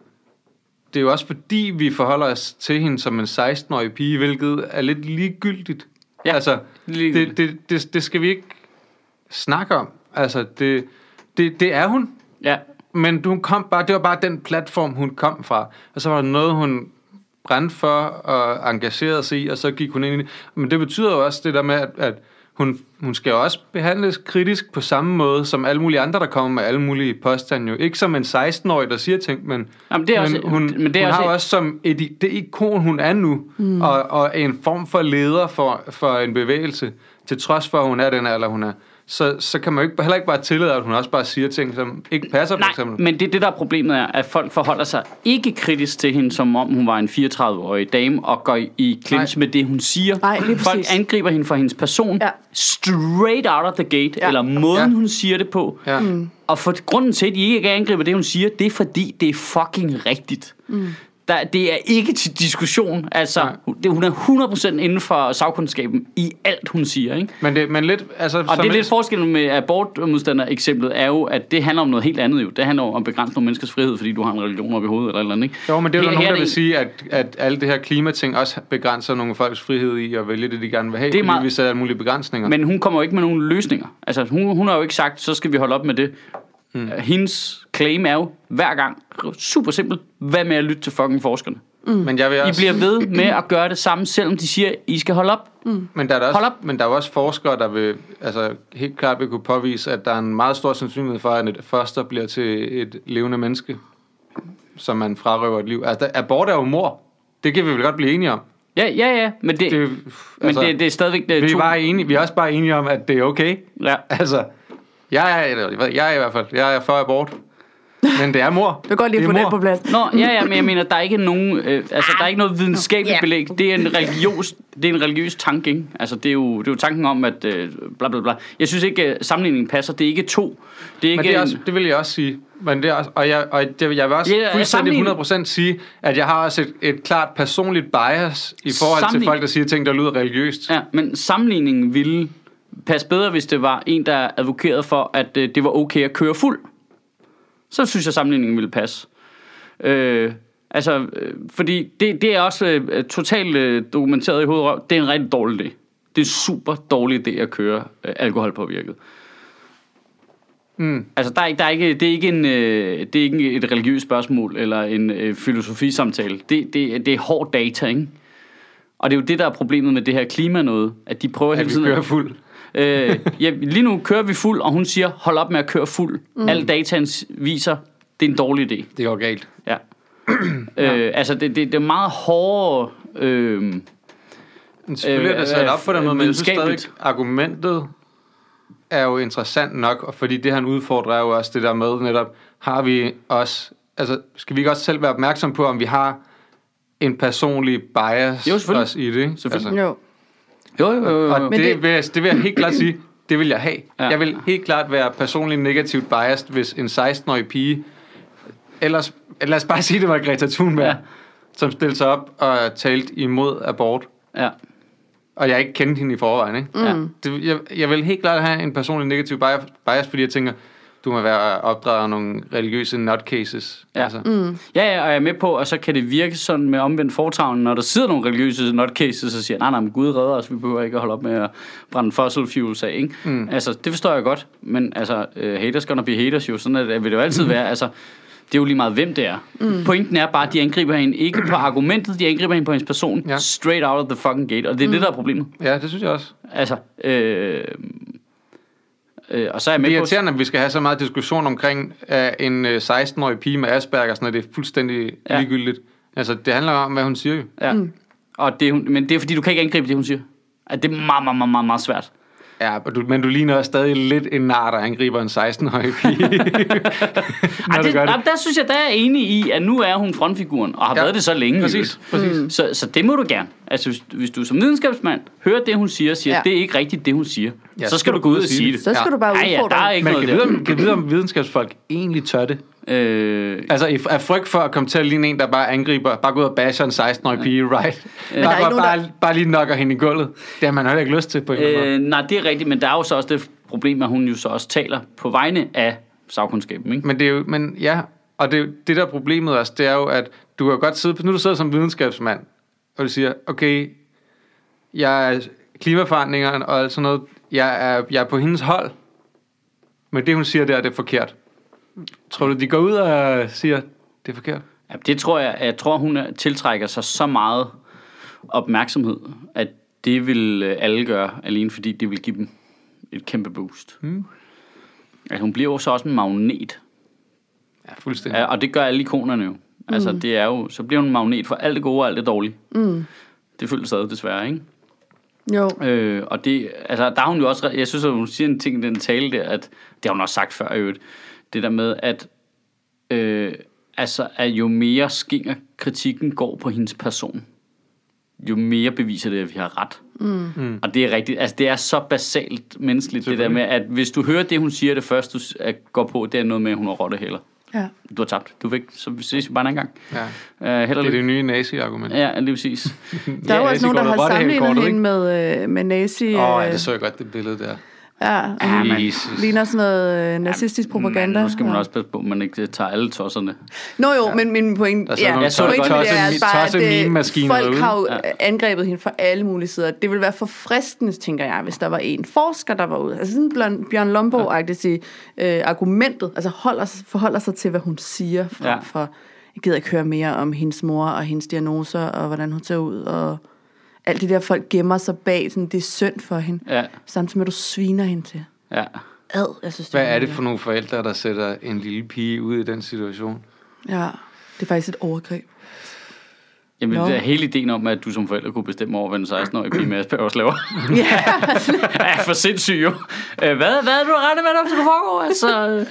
det er jo også fordi, vi forholder os til hende som en seksten-årig pige, hvilket er lidt ligegyldigt. Ja, altså, det, det, det, det skal vi ikke snakke om. Altså, det, det, det er hun. Ja. Men hun kom bare, det var bare den platform, hun kom fra. Og så var der noget, hun brændte for og engagerede sig i, og så gik hun ind i det. Men det betyder jo også det der med, at, at hun, hun skal jo også behandles kritisk på samme måde, som alle mulige andre, der kommer med alle mulige påstande. Jo. Ikke som en seksten-årig, der siger ting, men, Jamen, det er men også, hun, men det er hun også har også som et, det ikon, hun er nu, mm. og, og en form for leder for, for en bevægelse, til trods for, at hun er den alder, hun er. Så, så kan man jo ikke, heller ikke bare tillade, at hun også bare siger ting, som ikke passer, for eksempel. Nej, men det, det der er problemet er, at folk forholder sig ikke kritisk til hende, som om hun var en fireogtredive-årig dame, og går i clinch med det, hun siger. Nej, lige folk præcis. angriber hende for hendes person, ja. straight out of the gate, ja. eller måden, ja. hun siger det på. Ja. Mm. Og for grunden til, at de ikke angriber det, hun siger, det er fordi, det er fucking rigtigt. Mm. Der, det er ikke til diskussion. Altså, det, hun er hundrede procent inden for sagkundskaben i alt, hun siger. Ikke? Men, det, men lidt... Altså, og det er lidt forskellen med abortmodstander-eksemplet, er jo, at det handler om noget helt andet. Jo. Det handler om at begrænse nogle menneskers frihed, fordi du har en religion op i hovedet eller eller andet. Ikke? Jo, men det er jo her, nogen, her, der vil sige, at, at alle det her klimating også begrænser nogle folks frihed i at vælge det, de gerne vil have, det er fordi meget... vi sætter alle mulige begrænsninger. Men hun kommer jo ikke med nogen løsninger. Altså, hun, hun har jo ikke sagt, så skal vi holde op med det. Hmm. Hendes claim er jo hver gang super simpelt. Hvad med at lytte til fucking forskerne? Mm. Men jeg vil også... I bliver ved med at gøre det samme, selvom de siger, I skal holde op. Mm. Men der er der også, men der er også forskere, der vil altså helt klart vil kunne påvise, at der er en meget stor sandsynlighed for, at et foster bliver til et levende menneske, som man frarøver et liv. Altså, abort er jo mord. Det kan vi vel godt blive enige om. Ja, ja, ja. Men det, det, altså, men det, det er stadigvæk... Det er vi, er to... bare enige, vi er også bare enige om, at det er okay. Ja. Altså, jeg er, jeg er i hvert fald jeg er for abort. Men det er mor. Du kan godt lige få det på plads. Nå, ja, ja, men jeg mener, der er ikke nogen, øh, altså der er ikke noget videnskabeligt belæg. Det er en religiøs, det er en religiøs tanke, ikke? Altså det er jo, det er jo tanken om at øh, bla bla bla. Jeg synes ikke uh, sammenligningen passer. Det er ikke to. Det er ikke. Men det, er en... også, det vil jeg også sige. Men det er også, og jeg og det, jeg vil også ja, fuldstændig hundrede procent sige, at jeg har også et, et klart personligt bias i forhold Sammenlign... til folk, der siger ting, der lyder religiøst. Ja, men sammenligningen ville passe bedre, hvis det var en, der advokerede for, at øh, det var okay at køre fuld. Så synes jeg, sammenligningen ville passe. Øh, altså, øh, fordi det, det er også øh, totalt øh, dokumenteret i hovedet. Det er en rigtig dårlig idé. Det er en super dårlig idé at køre øh, alkoholpåvirket. Mm. Altså, der er, der er ikke, det, er ikke en, øh, det er ikke et religiøst spørgsmål eller en øh, filosofisamtale. Det, det, det er hård data, ikke? Og det er jo det, der er problemet med det her klima noget. At de prøver at hele tiden... At vi kører fuld. øh, ja, lige nu kører vi fuld, og hun siger, hold op med at køre fuld. Mm. Alle dataen viser, det er en dårlig idé. Det går galt. Ja. ja. Øh, altså, det, det, det er meget hårdere... Øh, Selvfølgelig er det sat op på den måde, men jeg synes stadig, argumentet er jo interessant nok, og fordi det han udfordrer er jo også det der med netop, har vi også, altså skal vi ikke også selv være opmærksom på, om vi har en personlig bias jo, også i det? Altså, jo. Jo, jo, jo, jo. Og det, det... Vil jeg, det vil jeg helt klart sige, det vil jeg have. Ja. Jeg vil helt klart være personligt negativt biased, hvis en seksten-årig pige, ellers, lad os bare sige, det var Greta Thunberg, ja. som stillede sig op og talte imod abort. Ja. Og jeg ikke kendte hende i forvejen, ikke? Mm. Ja. Det, jeg, jeg vil helt klart have en personlig negativ bias, bias, fordi jeg tænker, du må være opdraget af nogle religiøse nutcases. Ja. Altså. Mm. ja, ja, og jeg er med på, og så kan det virke sådan med omvendt fortavlen, når der sidder nogle religiøse nutcases, og siger, nej, nej, men Gud redder os, vi behøver ikke at holde op med at brænde fossil fuels af, ikke? Mm. Altså, det forstår jeg godt, men altså, uh, haters gonna be haters jo, sådan at, vil det jo altid være, altså, det er jo lige meget, hvem det er. Mm. Pointen er bare, at de angriber hende ikke på argumentet, de angriber hende på hendes person, ja. straight out of the fucking gate, og det er mm. det, der er problemet. Ja, det synes jeg også. Altså, øh... Øh, og så er jeg med det er på... irriterende, at vi skal have så meget diskussion omkring uh, en uh, seksten-årig pige med Asperger, og sådan noget, det er fuldstændig ja. ligegyldigt. Altså, det handler om, hvad hun siger jo. Ja, mm. og det, men det er fordi, du kan ikke angribe det, hun siger. At det er meget, meget, meget, meget svært. Ja, du, men du ligner også stadig lidt en nar, der angriber en seksten-årig pige. Ej, det, der, der synes jeg, der er enig i, at nu er hun frontfiguren, og har ja. været det så længe. Præcis, præcis. Mm. Så, så det må du gerne. Altså, hvis, hvis du som videnskabsmand hører det, hun siger, siger, ja. det er ikke rigtigt, det hun siger, ja, så skal du gå ud og sige det. Så skal ja. du bare udfordre. Ja, ja, der er ikke men noget kan der. Men kan vide, om videnskabsfolk egentlig tør det? Øh, altså af frygt for at komme til at ligne en, der bare angriber, bare gå ud og basher en seksten-årig ja. pige, right? Øh, bare, bare, bare, der... bare lige nokker hende i gulvet. Det har man heller ikke lyst til på en øh, måde. Nej, det er rigtigt, men der er jo så også det problem, at hun jo så også taler på vegne af sagkundskaben, ikke? Men det er jo, men ja, og det, det der problemet også, det er jo, at du kan godt sidde, nu du sidder som videnskabsmand, og du siger, okay, jeg er klimaforandringerne og alt sådan noget, jeg er, jeg er på hendes hold, men det hun siger der, det er forkert. Tror du, de går ud og siger, det er forkert? Ja, det tror jeg. Jeg tror, hun tiltrækker sig så meget opmærksomhed, at det vil alle gøre, alene fordi det vil give dem et kæmpe boost. Hmm. Altså, hun bliver jo så også en magnet. Ja, fuldstændig. Ja, og det gør alle ikonerne jo. Altså, mm. det er jo, så bliver hun en magnet for alt det gode og alt det dårlige. Mm. Det føles stadig desværre, ikke? Jo. Øh, og det, altså, der har hun jo også, jeg synes, at hun siger en ting i den tale der, at det har hun også sagt før i øvrigt, det der med, at, øh, altså, at jo mere skinger kritikken går på hendes person, jo mere beviser det, at vi har ret. Mm. Mm. Og det er rigtigt, altså det er så basalt menneskeligt, det der med, at hvis du hører det, hun siger, det første, du går på, det er noget med, at hun har rottehaler. Ja. Du har tabt. Du er væk. Så ses vi bare en anden gang. Ja. Uh, det er det nye nazi-argument. Ja, lige præcis. Der er jo også nogen, der har sammenlignet hende med, med nazi. Åh, oh, ja, det så jeg godt, det billede der. Ja, ja man ligner sådan noget nazistisk propaganda. Men nu skal man også passe på, at man ikke tager alle tosserne. Nå jo, ja. men min point, ja, jeg så pointen tosse, er bare, at det, folk derude. har jo ja. angrebet hende fra alle mulige sider. Det ville være forfriskende, tænker jeg, hvis der var en forsker, der var ude. Altså sådan Bjørn Lomborg-agtigt ja. øh, argumentet, altså holder, forholder sig til, hvad hun siger, frem ja. for, jeg gider ikke høre mere om hendes mor og hendes diagnoser, og hvordan hun ser ud, og alt det der, folk gemmer sig bag, sådan, det er synd for hende. Ja. Samtidig med, at du sviner hende til. Ja. Ad, jeg synes, det Hvad er det for nogle forældre, der sætter en lille pige ud i den situation? Ja, det er faktisk et overgreb. Jamen, no. det er hele ideen om, at du som forælder kunne bestemme over, hvad en seksten-årig pige med Asperger også laver. Ja. er for sindssygt jo. Hvad, hvad er du rettet med, der skal foregå? Altså...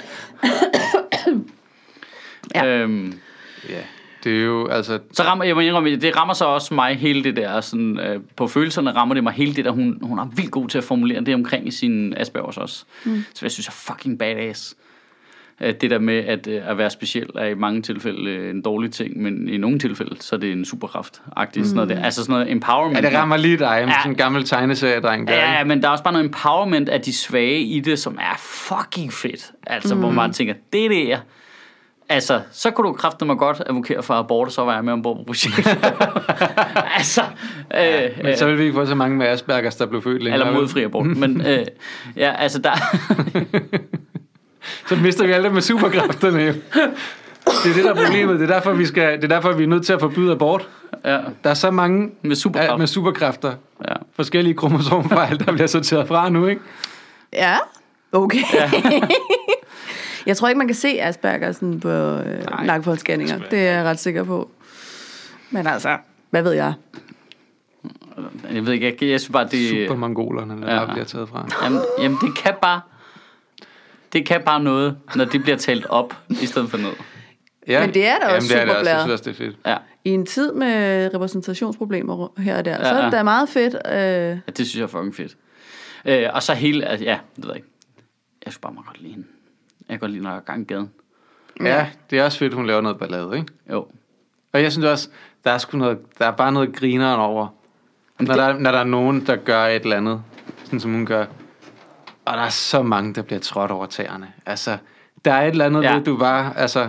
ja. Øhm, ja. Det er jo, altså... Så rammer, jeg må indrømme, det rammer så også mig hele det der, sådan, øh, på følelserne rammer det mig hele det der, hun, hun er vildt god til at formulere det omkring i sin Aspergers også. Mm. Så jeg synes er fucking badass. Det der med at, at være speciel er i mange tilfælde en dårlig ting, men i nogle tilfælde, så er det en superkraft-agtig mm. sådan noget der. Altså sådan noget empowerment. Ja, det rammer lige dig, ja. Sådan en gammel tegneseriedreng der. Ja, ja, men der er også bare noget empowerment af de svage i det, som er fucking fedt. Altså, mm. hvor man tænker, det er det er. Altså, så kunne du kraftedeme godt advokere for abort, og så var jeg med ombord på projektet. altså, ja, øh, men så vil vi ikke få så mange med Aspergers, der blev født længere. Eller modfri abort, men øh, ja, altså der... så mister vi alle med superkræfterne jo. Det er det, der er problemet. Det er derfor, vi, skal, det er, derfor, vi er nødt til at forbyde abort. Ja. Der er så mange med, superkræft. med superkræfter. Ja. Forskellige kromosomfejl, der bliver sorteret fra nu, ikke? Ja, okay. Ja. Jeg tror ikke, man kan se Asperger sådan på øh, nakkefoldsscanninger. Det er jeg ret sikker på. Men altså, hvad ved jeg? Jeg ved ikke, jeg, jeg synes bare, det... Supermongolerne, der ja. bliver taget fra. Jamen, jamen, det kan bare... Det kan bare noget, når det bliver talt op, i stedet for noget. Ja. Men det er da også super blæret. Jeg synes også, det er fedt. Ja. I en tid med repræsentationsproblemer her og der, ja, så er det da meget fedt. Øh... Ja, det synes jeg er fucking fedt. Øh, og så hele... Altså, ja, det ved jeg ikke. Jeg synes bare meget godt lide hende. Jeg kan godt lide, når jeg er gang i gaden. Ja, det er også fedt, hun laver noget ballade, ikke? Jo. Og jeg synes også, der er sgu noget, der er bare noget grineren over, når, det... der, når der er nogen, der gør et eller andet, sådan som hun gør. Og der er så mange, der bliver trådt over tæerne. Altså, der er et eller andet, ja. ved, du bare, altså,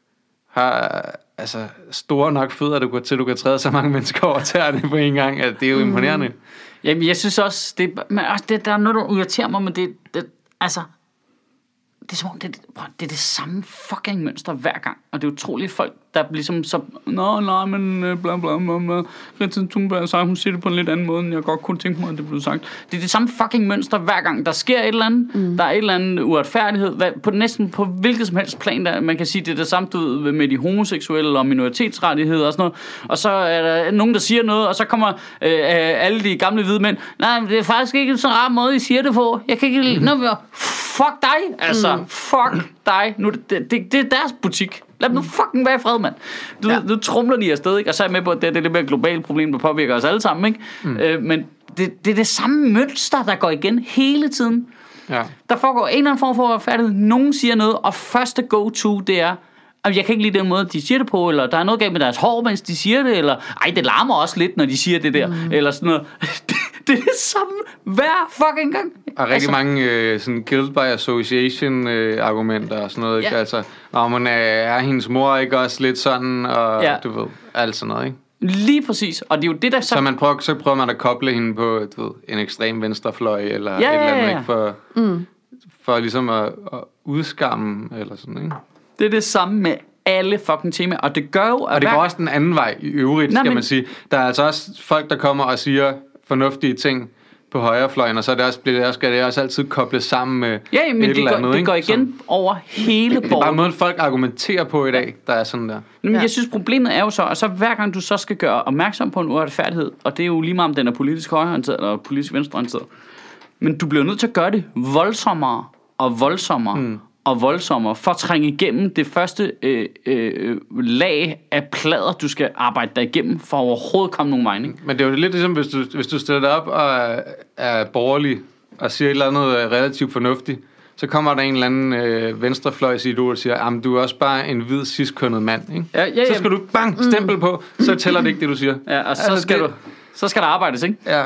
har altså, store nok fødder, du går til, du kan træde så mange mennesker over tæerne på en gang. Altså, det er jo mm. imponerende. Jamen, jeg synes også, det, men også det, der er noget, der irriterer mig, men det, det altså, det er som om, det, det er det samme fucking mønster hver gang. Og det er utroligt folk, der ligesom så... Nå, nej, men bla bla bla bla. Greta Thunberg sagde, hun siger det på en lidt anden måde, end jeg godt kunne tænke mig, at det blev sagt. Det er det samme fucking mønster hver gang. Der sker et eller andet. Mm. Der er et eller andet uretfærdighed. Hvad, på næsten på hvilket som helst plan, der man kan sige, det er det samme ud med de homoseksuelle og minoritetsrettigheder og sådan noget. Og så er der nogen, der siger noget, og så kommer øh, alle de gamle hvide mænd. Nej, det er faktisk ikke en så rar måde, I siger det på. Jeg kan ikke... Nå, fuck dig, altså. Mm. Fuck dig. Nu, det, det, det er deres butik. Lad dem nu fucking være i fred, mand. Du, ja. Nu trumler de afsted, ikke? Og så er jeg med på, at det, det er det mere globale problem, der påvirker os alle sammen, ikke? Mm. Øh, men det, det er det samme mønster, der går igen hele tiden. Ja. Der foregår en eller anden form for færdighed. Nogen siger noget, og første go-to, det er, at jeg kan ikke lide den måde, de siger det på, eller der er noget galt med deres hår, mens de siger det, eller ej, det larmer også lidt, når de siger det der, mm. eller sådan noget. Det, det er det samme hver fucking gang. Og rigtig altså, mange øh, sådan guilt by association øh, argumenter og sådan noget, ikke? Ja. Altså, når man er, er hendes mor ikke også lidt sådan, og ja. du ved, alt sådan noget, ikke? Lige præcis, og det er jo det, der... Så, så, man prøver, så prøver man at koble hende på, du ved, en ekstrem venstrefløj, eller ja, et eller andet, ja, ja. Ikke? For, mm. for ligesom at, at udskamme, eller sådan, ikke? Det er det samme med alle fucking temaer, og det gør jo... Og det går også den anden vej i øvrigt, Nå, skal men... man sige. Der er altså også folk, der kommer og siger fornuftige ting på højrefløjen, og så er det også, bliver det også, skal det også altid kobles sammen med ja, men et det eller går, andet. Det går igen som, over hele borgen. Det er bare måden, folk argumenterer på i dag, der er sådan der. Men ja. Jeg synes, problemet er jo så, at så hver gang du så skal gøre opmærksom på en uretfærdighed, og det er jo lige meget, om den er politisk højreorienteret eller politisk venstreorienteret, men du bliver nødt til at gøre det voldsommere og voldsommere, mm. og voldsommere, for at trænge igennem det første øh, øh, lag af plader, du skal arbejde dig igennem, for at overhovedet komme nogen mening. Men det er jo lidt ligesom, hvis du, hvis du stiller dig op og er, er borgerlig, og siger et eller andet relativt fornuftigt, så kommer der en eller anden øh, venstrefløjsidol og siger, at du er også bare en hvid, cis-kønnet mand, ikke? Ja, ja, så skal du bang, stempel på, så tæller det ikke det, du siger. Ja, og så, altså, skal, det, du, så skal der arbejdes, ikke? Ja,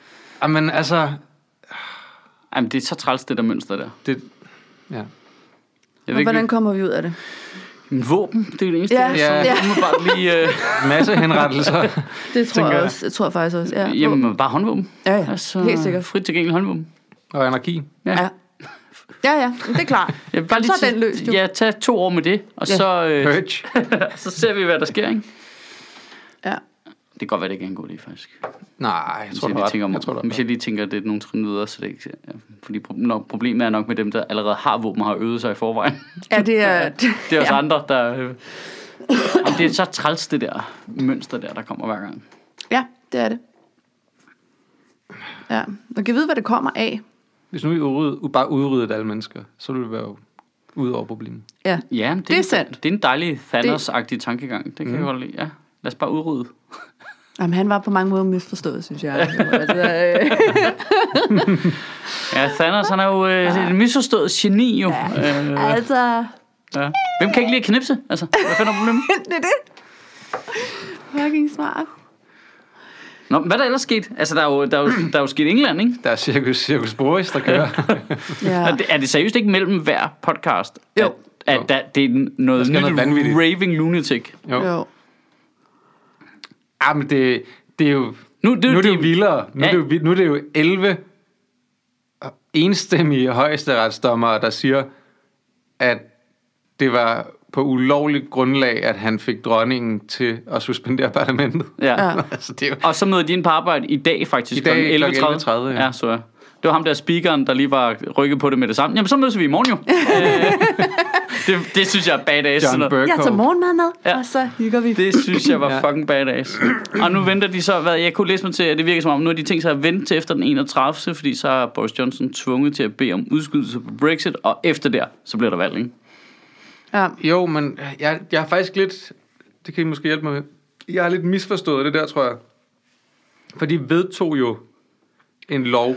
men altså... Jamen, det er så træls, det der mønster der. Det, ja. Og hvordan kommer vi ud af det? En våben, det er det eneste, ja, jeg ja. så umiddelbart lige... Øh... Masse henrettelser. Det tror jeg også, jeg tror faktisk også, ja. Jamen, bare håndvåben. Ja, ja, altså, helt sikkert. Frit tilgængelig håndvåben. Og anarki. Ja, ja. Ja, ja, det er klart. Ja, bare lige så er den løst, jo. Ja, tag to år med det, og ja. så... Øh, så ser vi, hvad der sker, ikke? Ja. Det kan godt være, det ikke er en god idé, faktisk. Nej, jeg hvis tror, jeg, jeg, tænker, jeg tror, hvis jeg lige tænker, at det er nogle trin videre, så det ikke... Ja, fordi nok, problemet er nok med dem, der allerede har våben og har øvet sig i forvejen. Ja, det er... det er også ja. andre, der... Øh, det er så træls, det der mønster der, der kommer hver gang. Ja, det er det. Ja, man kan vide, hvad det kommer af. Hvis nu vi udrydde, bare udryddede alle mennesker, så ville det være ud over problemet. Ja, ja det, det er en, sandt. Det er en dejlig Thanos-agtig tankegang. Det kan mm. jeg godt lide. Ja, lad os bare udrydde. Jamen, han var på mange måder misforstået, synes jeg. altså, øh. ja, Thanos, han er jo øh, ja. et misforstået geni, jo. Ja. Øh, altså... Ja. Hvem kan ikke lide at knipse? Altså, hvad fanden er problemet? det er det. Fucking smart. Nå, hvad er der ellers sket? Altså, der er jo, der er jo, der er jo sket England, ikke? Der er Circus, Circus Boris, der kører. ja. er, det, er det seriøst ikke mellem hver podcast? Jo. At, at der, det er noget nyt noget raving lunatic? Jo. jo. Ja, men det, det er jo... Nu, det, nu er det jo vildere. Nu, ja. er det jo, nu er det jo elleve enstemmige højesteretsdommere, der siger, at det var på ulovligt grundlag, at han fik dronningen til at suspendere parlamentet. Ja. ja. altså, det jo... Og så møder de ind på arbejde i dag faktisk. I dag elleve tredive. Ja. ja, så ja. Det var ham der speakeren, der lige var rykket på det med det samme. Jamen, så mødes vi i morgen jo. det, det synes jeg er badass. John Bercow. Jeg tager morgenmad med, Ja. og så hygger vi. Det synes jeg var Ja. fucking badass. Og nu venter de så, hvad jeg kunne læse mig til, at det virker som om, nu har de tænkt sig at vente til efter den enogtredivte fordi så er Boris Johnson tvunget til at bede om udskydelse på Brexit, og efter der, så bliver der valg, ikke? Ja. Jo, men jeg, jeg er faktisk lidt... Det kan I måske hjælpe mig med. Jeg har lidt misforstået det der, tror jeg. For de vedtog jo en lov,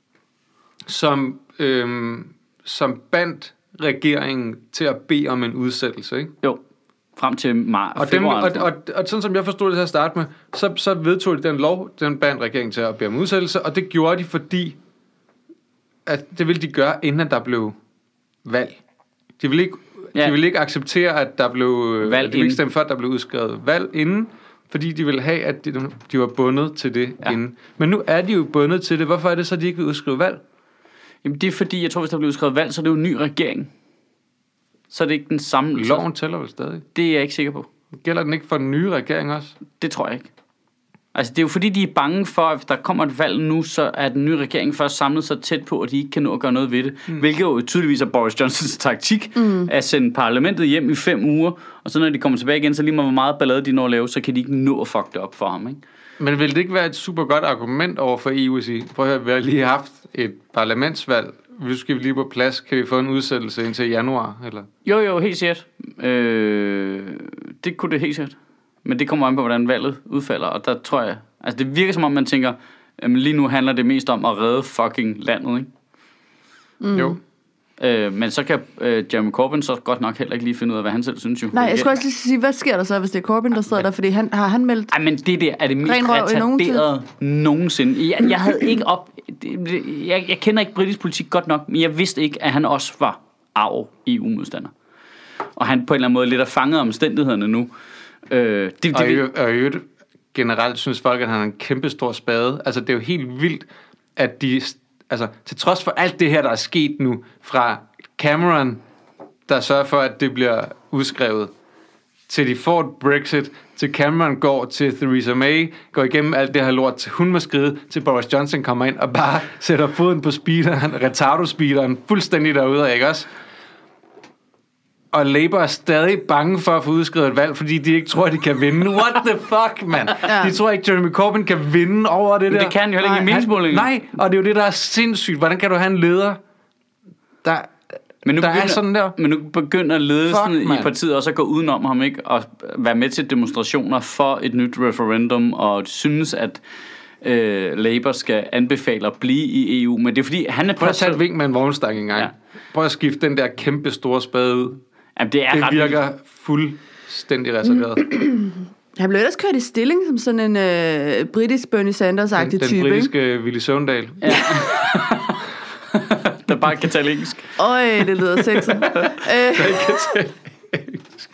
som, øhm, som bandt regeringen til at bede om en udsættelse, ikke? Jo, frem til marts. Og, dem, og, og, og sådan som jeg forstod det til at starte med, så, så vedtog de den lov, den bandt regeringen til at bede om udsættelse, og det gjorde de, fordi at det ville de gøre, inden der blev valg. De ville ikke, ja. de ville ikke acceptere, at der blev valg, de ville ikke stemme for, at der blev udskrevet valg inden, fordi de ville have, at de, de var bundet til det ja. inden. Men nu er de jo bundet til det. Hvorfor er det så, de ikke vil udskrive valg? Jamen det er fordi, jeg tror, hvis der bliver udskrevet valg, så er det jo en ny regering. Så er det ikke den samme... Loven tæller vel stadig? Det er jeg ikke sikker på. Gælder den ikke for den nye regering også? Det tror jeg ikke. Altså det er jo fordi, de er bange for, at hvis der kommer et valg nu, så er den nye regering først samlet så tæt på, at de ikke kan nå at gøre noget ved det. Mm. Hvilket jo tydeligvis er Boris Johnsons taktik, mm. at sende parlamentet hjem i fem uger, og så når de kommer tilbage igen, så lige meget hvor meget ballade de når at lave, så kan de ikke nå at fuck det op for ham, ikke? Men vil det ikke være et super godt argument over for E U at sige, prøv at høre, vi har lige haft et parlamentsvalg, nu skal vi lige på plads, kan vi få en udsættelse indtil januar, eller? Jo, jo, helt sikkert. Øh, det kunne det helt sikkert. Men det kommer an på, hvordan valget udfalder, og der tror jeg, altså det virker som om, man tænker, jamen lige nu handler det mest om at redde fucking landet, ikke? Mm. Jo. Øh, men så kan øh, Jeremy Corbyn så godt nok heller ikke lige finde ud af, hvad han selv synes jo. Nej, jeg skulle også lige sige, hvad sker der så, hvis det er Corbyn, der sidder der? Fordi han, har han meldt... Ej, men det der er det mest retarderede nogensinde. Jeg, jeg havde ikke op... Jeg, jeg kender ikke britisk politik godt nok, men jeg vidste ikke, at han også var arv E U-modstander. Og han på en eller anden måde lidt er fanget af omstændighederne nu. Øh, det, det, og, det, og, og generelt synes folk, at han er en kæmpe stor spade. Altså, det er jo helt vildt, at de... Altså, til trods for alt det her, der er sket nu, fra Cameron, der sørger for, at det bliver udskrevet, til de får et Brexit, til Cameron går til Theresa May, går igennem alt det her lort, til hun må skride, til Boris Johnson kommer ind og bare sætter foden på speederen, retardo-speederen, fuldstændig derude, ikke også? Og Labour er stadig bange for at få udskrevet et valg, fordi de ikke tror, at de kan vinde. What the fuck, man? Ja. De tror ikke, Jeremy Corbyn kan vinde over det men der. det kan jo heller ikke i meningsmålingen. Nej, og det er jo det, der er sindssygt. Hvordan kan du have en leder, der, men nu der begynder, er sådan der? Men nu begynder ledelsen fuck, i partiet også at gå udenom ham, ikke? Og være med til demonstrationer for et nyt referendum, og synes, at øh, Labour skal anbefale at blive i E U. Men det er fordi, han er... Prøv at tage et vink med en vognstang engang. Ja. Prøv at skifte den der kæmpe store spade ud. Jamen, det, er det virker fuldstændig reserveret. Han blev ellers kørt i stilling som sådan en øh, britisk Bernie Sanders-agtig den, den type. Den britiske Willy Søvndal. Ja. Der bare kan tale engelsk. Øj, det lyder sexet. Der kan tale engelsk.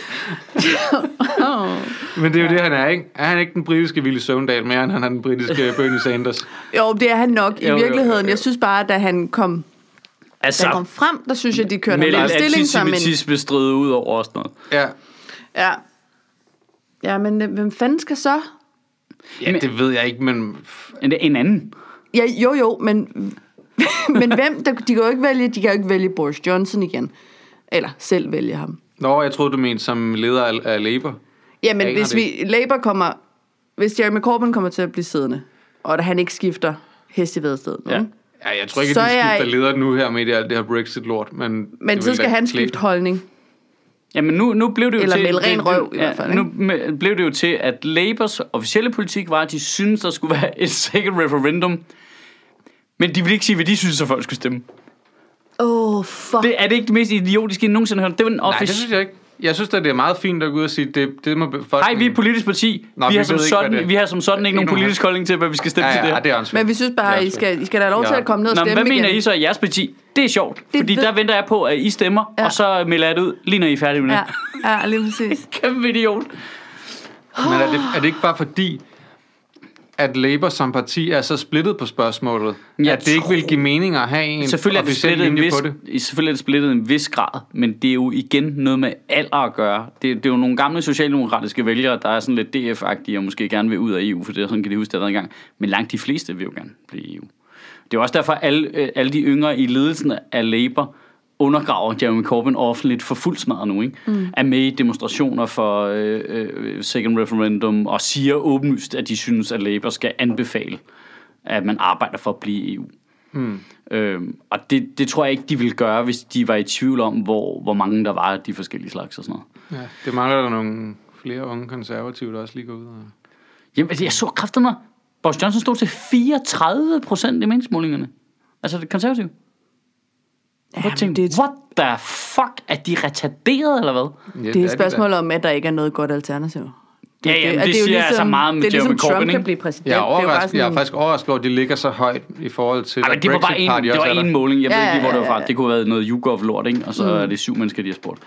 Men det er jo det, han er, ikke? Er han ikke den britiske Willy Søvndal mere, end han er den britiske Bernie Sanders? Jo, det er han nok i jo, virkeligheden. Jo, jo, jo. Jeg synes bare, da han kom... Altså, da han kom frem, der synes jeg, de kørte ham i stilling som en... Med lidt antisemitisme ud over og sådan noget. Ja. Ja. Ja, men hvem fanden skal så? Ja, men, det ved jeg ikke, men... En, en anden? Ja, jo, jo, men... men hvem? De kan jo ikke vælge, de kan jo ikke vælge Boris Johnson igen. Eller selv vælge ham. Nå, jeg troede, du mente som leder af, af Labour. Jamen, hvis det. vi... Labour kommer... Hvis Jeremy Corbyn kommer til at blive siddende, og da han ikke skifter hest i vedstedet, ja. Ja, jeg tror ikke, at de skifter jeg... leder nu her midt i alt det her Brexit-lort, men... Men så skal han skifte holdning. Jamen nu, nu blev det jo Eller til... Eller melde ren røv i ja, hvert fald. Ikke? Nu blev det jo til, at Labours officielle politik var, at de synes der skulle være et second referendum. Men de ville ikke sige, hvad de synes, at folk skulle stemme. Åh, oh, fuck. Det, er det ikke det mest idiotiske, I nogensinde har hørt? Det var en offic- Nej, det synes jeg ikke. Jeg synes, at det er meget fint at gå ud og sige, det, det må folk... Hej, vi er et politisk parti. Nå, vi, vi, har som sådan, vi har som sådan ikke nogen politisk holdning til, hvad vi skal stemme ja, ja, til det her. Ja, det men vi synes bare, at I skal, I skal da have lov ja. til at komme ned og stemme. Nå, hvad igen. mener I så i jeres parti? Det er sjovt, det fordi ved... der venter jeg på, at I stemmer, ja. Og så melder jeg det ud, lige når I er færdige med det. Ja, ja lige præcis. Kæmpe idiot. Men er det, er det ikke bare fordi, at Labour som parti er så splittet på spørgsmålet, jeg at det ikke vil give mening at have en officiel linje vis, på det? Selvfølgelig er det splittet en vis grad, men det er jo igen noget med alder at gøre. Det, det er jo nogle gamle socialdemokratiske vælgere, der er sådan lidt D F-agtige og måske gerne vil ud af E U, for det er sådan, kan de huske, det har været engang. Men langt de fleste vil jo gerne blive i E U. Det er også derfor, at alle, alle de yngre i ledelsen af Labour undergraver Jeremy Corbyn offentligt for fuld smadret nu, ikke? Mm. Er med i demonstrationer for øh, øh, second referendum, og siger åbenlyst, at de synes, at Labour skal anbefale, at man arbejder for at blive i E U. Mm. Øhm, og det, det tror jeg ikke, de ville gøre, hvis de var i tvivl om, hvor, hvor mange der var af de forskellige slags og sådan noget. Ja, det mangler der nogle flere unge konservative, der også lige går ud. Og... Jamen, jeg så kraftedeme. Boris Johnson stod til fireogtredive procent i meningsmålingerne. Altså det konservative. Ja, tænkte, det... What the fuck? Er de retarderet, eller hvad? Ja, det er et spørgsmål om, at der ikke er noget godt alternativ. Det, ja, jamen, det, det, det siger ligesom, altså meget med det er Jeremy ligesom Corbyn, Trump kan blive præsident. Jeg er, overrasket, sådan... jeg er faktisk overrasket over, at de ligger så højt i forhold til... Ej, men det var bare en, det var en måling. Jeg ja, ved ikke, hvor det var fra. Det kunne have været noget YouGov-lort, ikke? Og så mm. er det syv mennesker, de har spurgt.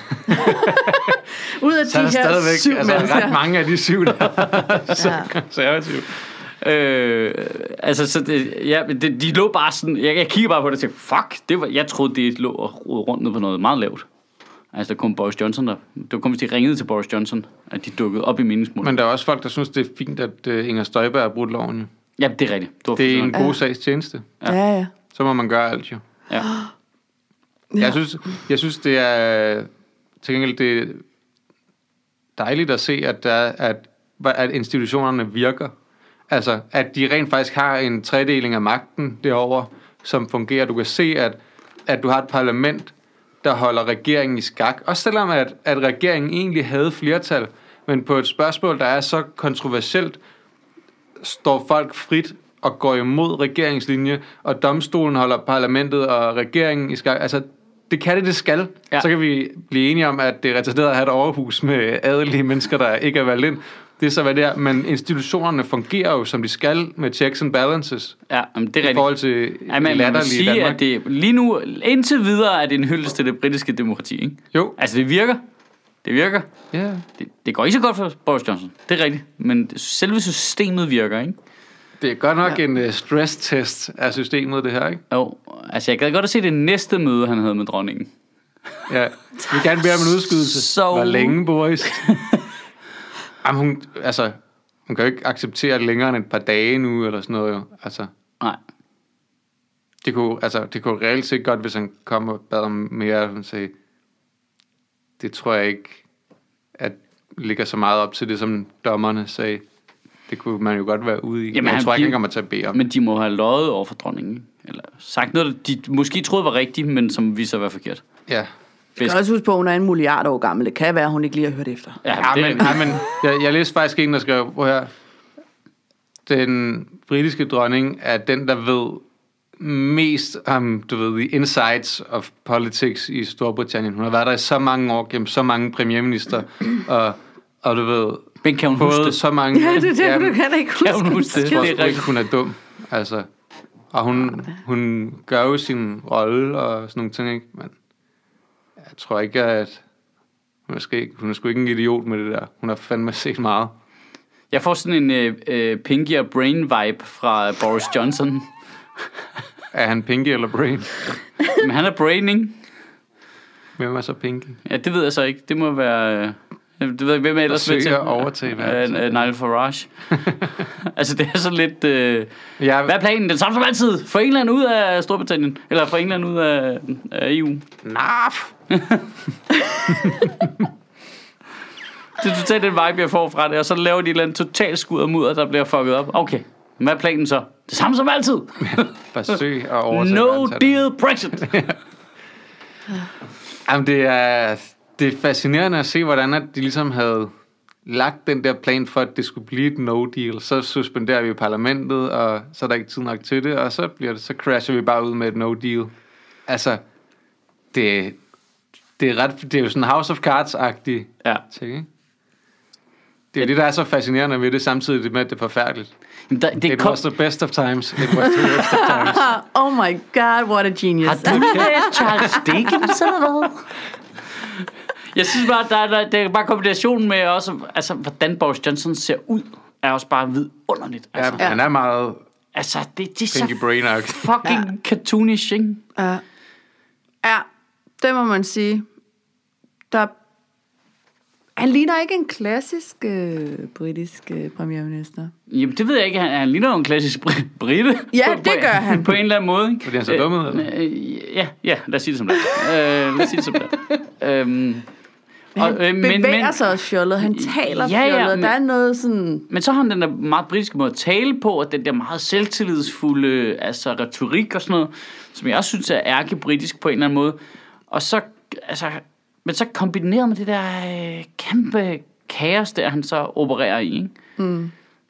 Ud af de her stadigvæk, syv altså, mennesker. ret mange af de syv, der er så ja. konservative. Øh, altså, så det, ja, det, de lå bare sådan... Jeg, jeg kigger bare på det og tænkte, fuck, det var, jeg troede, det lå rundt ned på noget meget lavt. Altså, der kom Boris Johnson der. Det var kun, hvis de ringede til Boris Johnson, at de dukkede op i meningsmålingen. Men der er også folk, der synes, det er fint, at uh, Inger Støjberg har brudt loven. Ja, det er rigtigt. Det, det er en god ja. sags tjeneste. Ja. ja, ja. Så må man gøre alt, jo. Ja. ja. Jeg, synes, jeg synes, det er... Til gengæld, det er dejligt at se, at, der, at, at institutionerne virker. Altså, at de rent faktisk har en tredeling af magten derovre, som fungerer. Du kan se, at, at du har et parlament, der holder regeringen i skak. Også selvom, at, at regeringen egentlig havde flertal, men på et spørgsmål, der er så kontroversielt, står folk frit og går imod regeringslinje, og domstolen holder parlamentet og regeringen i skak. Altså, det kan det, det skal. Ja. Så kan vi blive enige om, at det er retarderet at have et overhus med adelige mennesker, der ikke er valgt ind. Det er så, hvad det er. Men institutionerne fungerer jo, som de skal, med checks and balances. Ja, men det er i forhold til ja, man, man må sige, at det, lige nu, indtil videre, er det en hyldest til det britiske demokrati, ikke? Jo. Altså, det virker. Det virker. Ja. Yeah. Det, det går ikke så godt for Boris Johnson. Det er rigtigt. Men selve systemet virker, ikke? Det er godt nok ja. en uh, stress-test af systemet, det her, ikke? Jo. Altså, jeg gad godt at se det næste møde, han havde med dronningen. Ja. Vi kan gerne bede om en udskydelse. Så... Hvor længe, Boris? Jamen, hun, altså, hun kan jo ikke acceptere det længere end et par dage nu, eller sådan noget, jo. Altså, nej. Det kunne, altså, det kunne reelt set godt, hvis han kom og bad om mere, og sagde, det tror jeg ikke, at ligger så meget op til det, som dommerne sagde. Det kunne man jo godt være ude i. Jamen, jeg tror ikke, han kommer til at bede om. Men de må have løjet over for dronningen. Eller sagt noget, de måske troede var rigtigt, men som viser at være forkert. Ja. Jeg kan også huske på, at hun er en milliard år gammel. Det kan være, at hun ikke lige har hørt efter. Ja, ja men, ja, men jeg, jeg læste faktisk en, der skrev, hvor her, den britiske dronning er den, der ved mest om, du ved, the insights of politics i Storbritannien. Hun har været der i så mange år, gennem så mange premierminister, og, og du ved, men kan hun huske det? Så mange, ja, det er det, ja, du kan ikke huske, kan hun huske det. Jeg tror det er ikke, hun er dum. Altså, og hun, hun gør jo sin rolle og sådan nogle ting, ikke? Men jeg tror ikke, at hun er, sgu ikke, hun er sgu ikke en idiot med det der. Hun har fandme set meget. Jeg får sådan en uh, Pinky og Brain vibe fra Boris Johnson. Er han Pinky eller Brain? Men han er Brain, ikke? Hvem er så Pinky? Ja, det ved jeg så ikke. Det må være... Det ved jeg, hvem er ellers ved til? Der søger overtage verden. Uh, uh, Nigel Farage. Altså, det er så lidt... Uh, ja, hvad er planen? Den samme som altid. Få England ud af Storbritannien. Eller få England ud af, af E U. Naf! Det er totalt den vibe, jeg får fra det. Og så laver de et eller andet totalt skud og mudder, der bliver fucket op. Okay, hvad er planen så? Det samme som altid. Forsøg at overtage no deal Brexit. Jamen, det er... Det er fascinerende at se, hvordan at de ligesom havde lagt den der plan for, at det skulle blive et no-deal. Så suspenderer vi parlamentet, og så er der ikke tid nok til det, og så, bliver det, så crasher vi bare ud med et no-deal. Altså, det, det, er, ret, det er jo sådan House of Cards-agtigt ja. ting, ikke? Det er det, der er så fascinerende ved det, samtidig med, at det er forfærdeligt. Da, det It kom... was the best of times. It was the worst of times. Oh my god, what a genius. Har du læst Charles Dickens eller hvad? Jeg synes bare, der er, der, det er bare kombinationen med også, altså, hvordan Boris Johnson ser ud, er også bare vidunderligt. Altså. Ja, han er meget... Altså, det, det er Pinky så Brain fucking ja. cartoonish, ikke? Ja. Ja, det må man sige. Der, Han ligner ikke en klassisk øh, britisk øh, premierminister. Jamen, det ved jeg ikke. Han, han ligner jo en klassisk br- brite. Ja, på, det gør på, han. På en eller anden måde. Ikke? Fordi han så dum ud, eller? Øh, ja, ja, lad os sige det som det. øh, lad os sige det som det. Øhm, og, han øh, men, bevæger men, sig også fjollet. Han taler ja, ja, fjollet. Men, der er noget sådan... Men så har han den der meget britiske måde at tale på, og den der meget selvtillidsfulde altså, retorik og sådan noget, som jeg også synes er ærkebritisk på en eller anden måde. Og så... Altså, men så kombineret med det der øh, kæmpe kaos, der han så opererer i, ikke? Mm.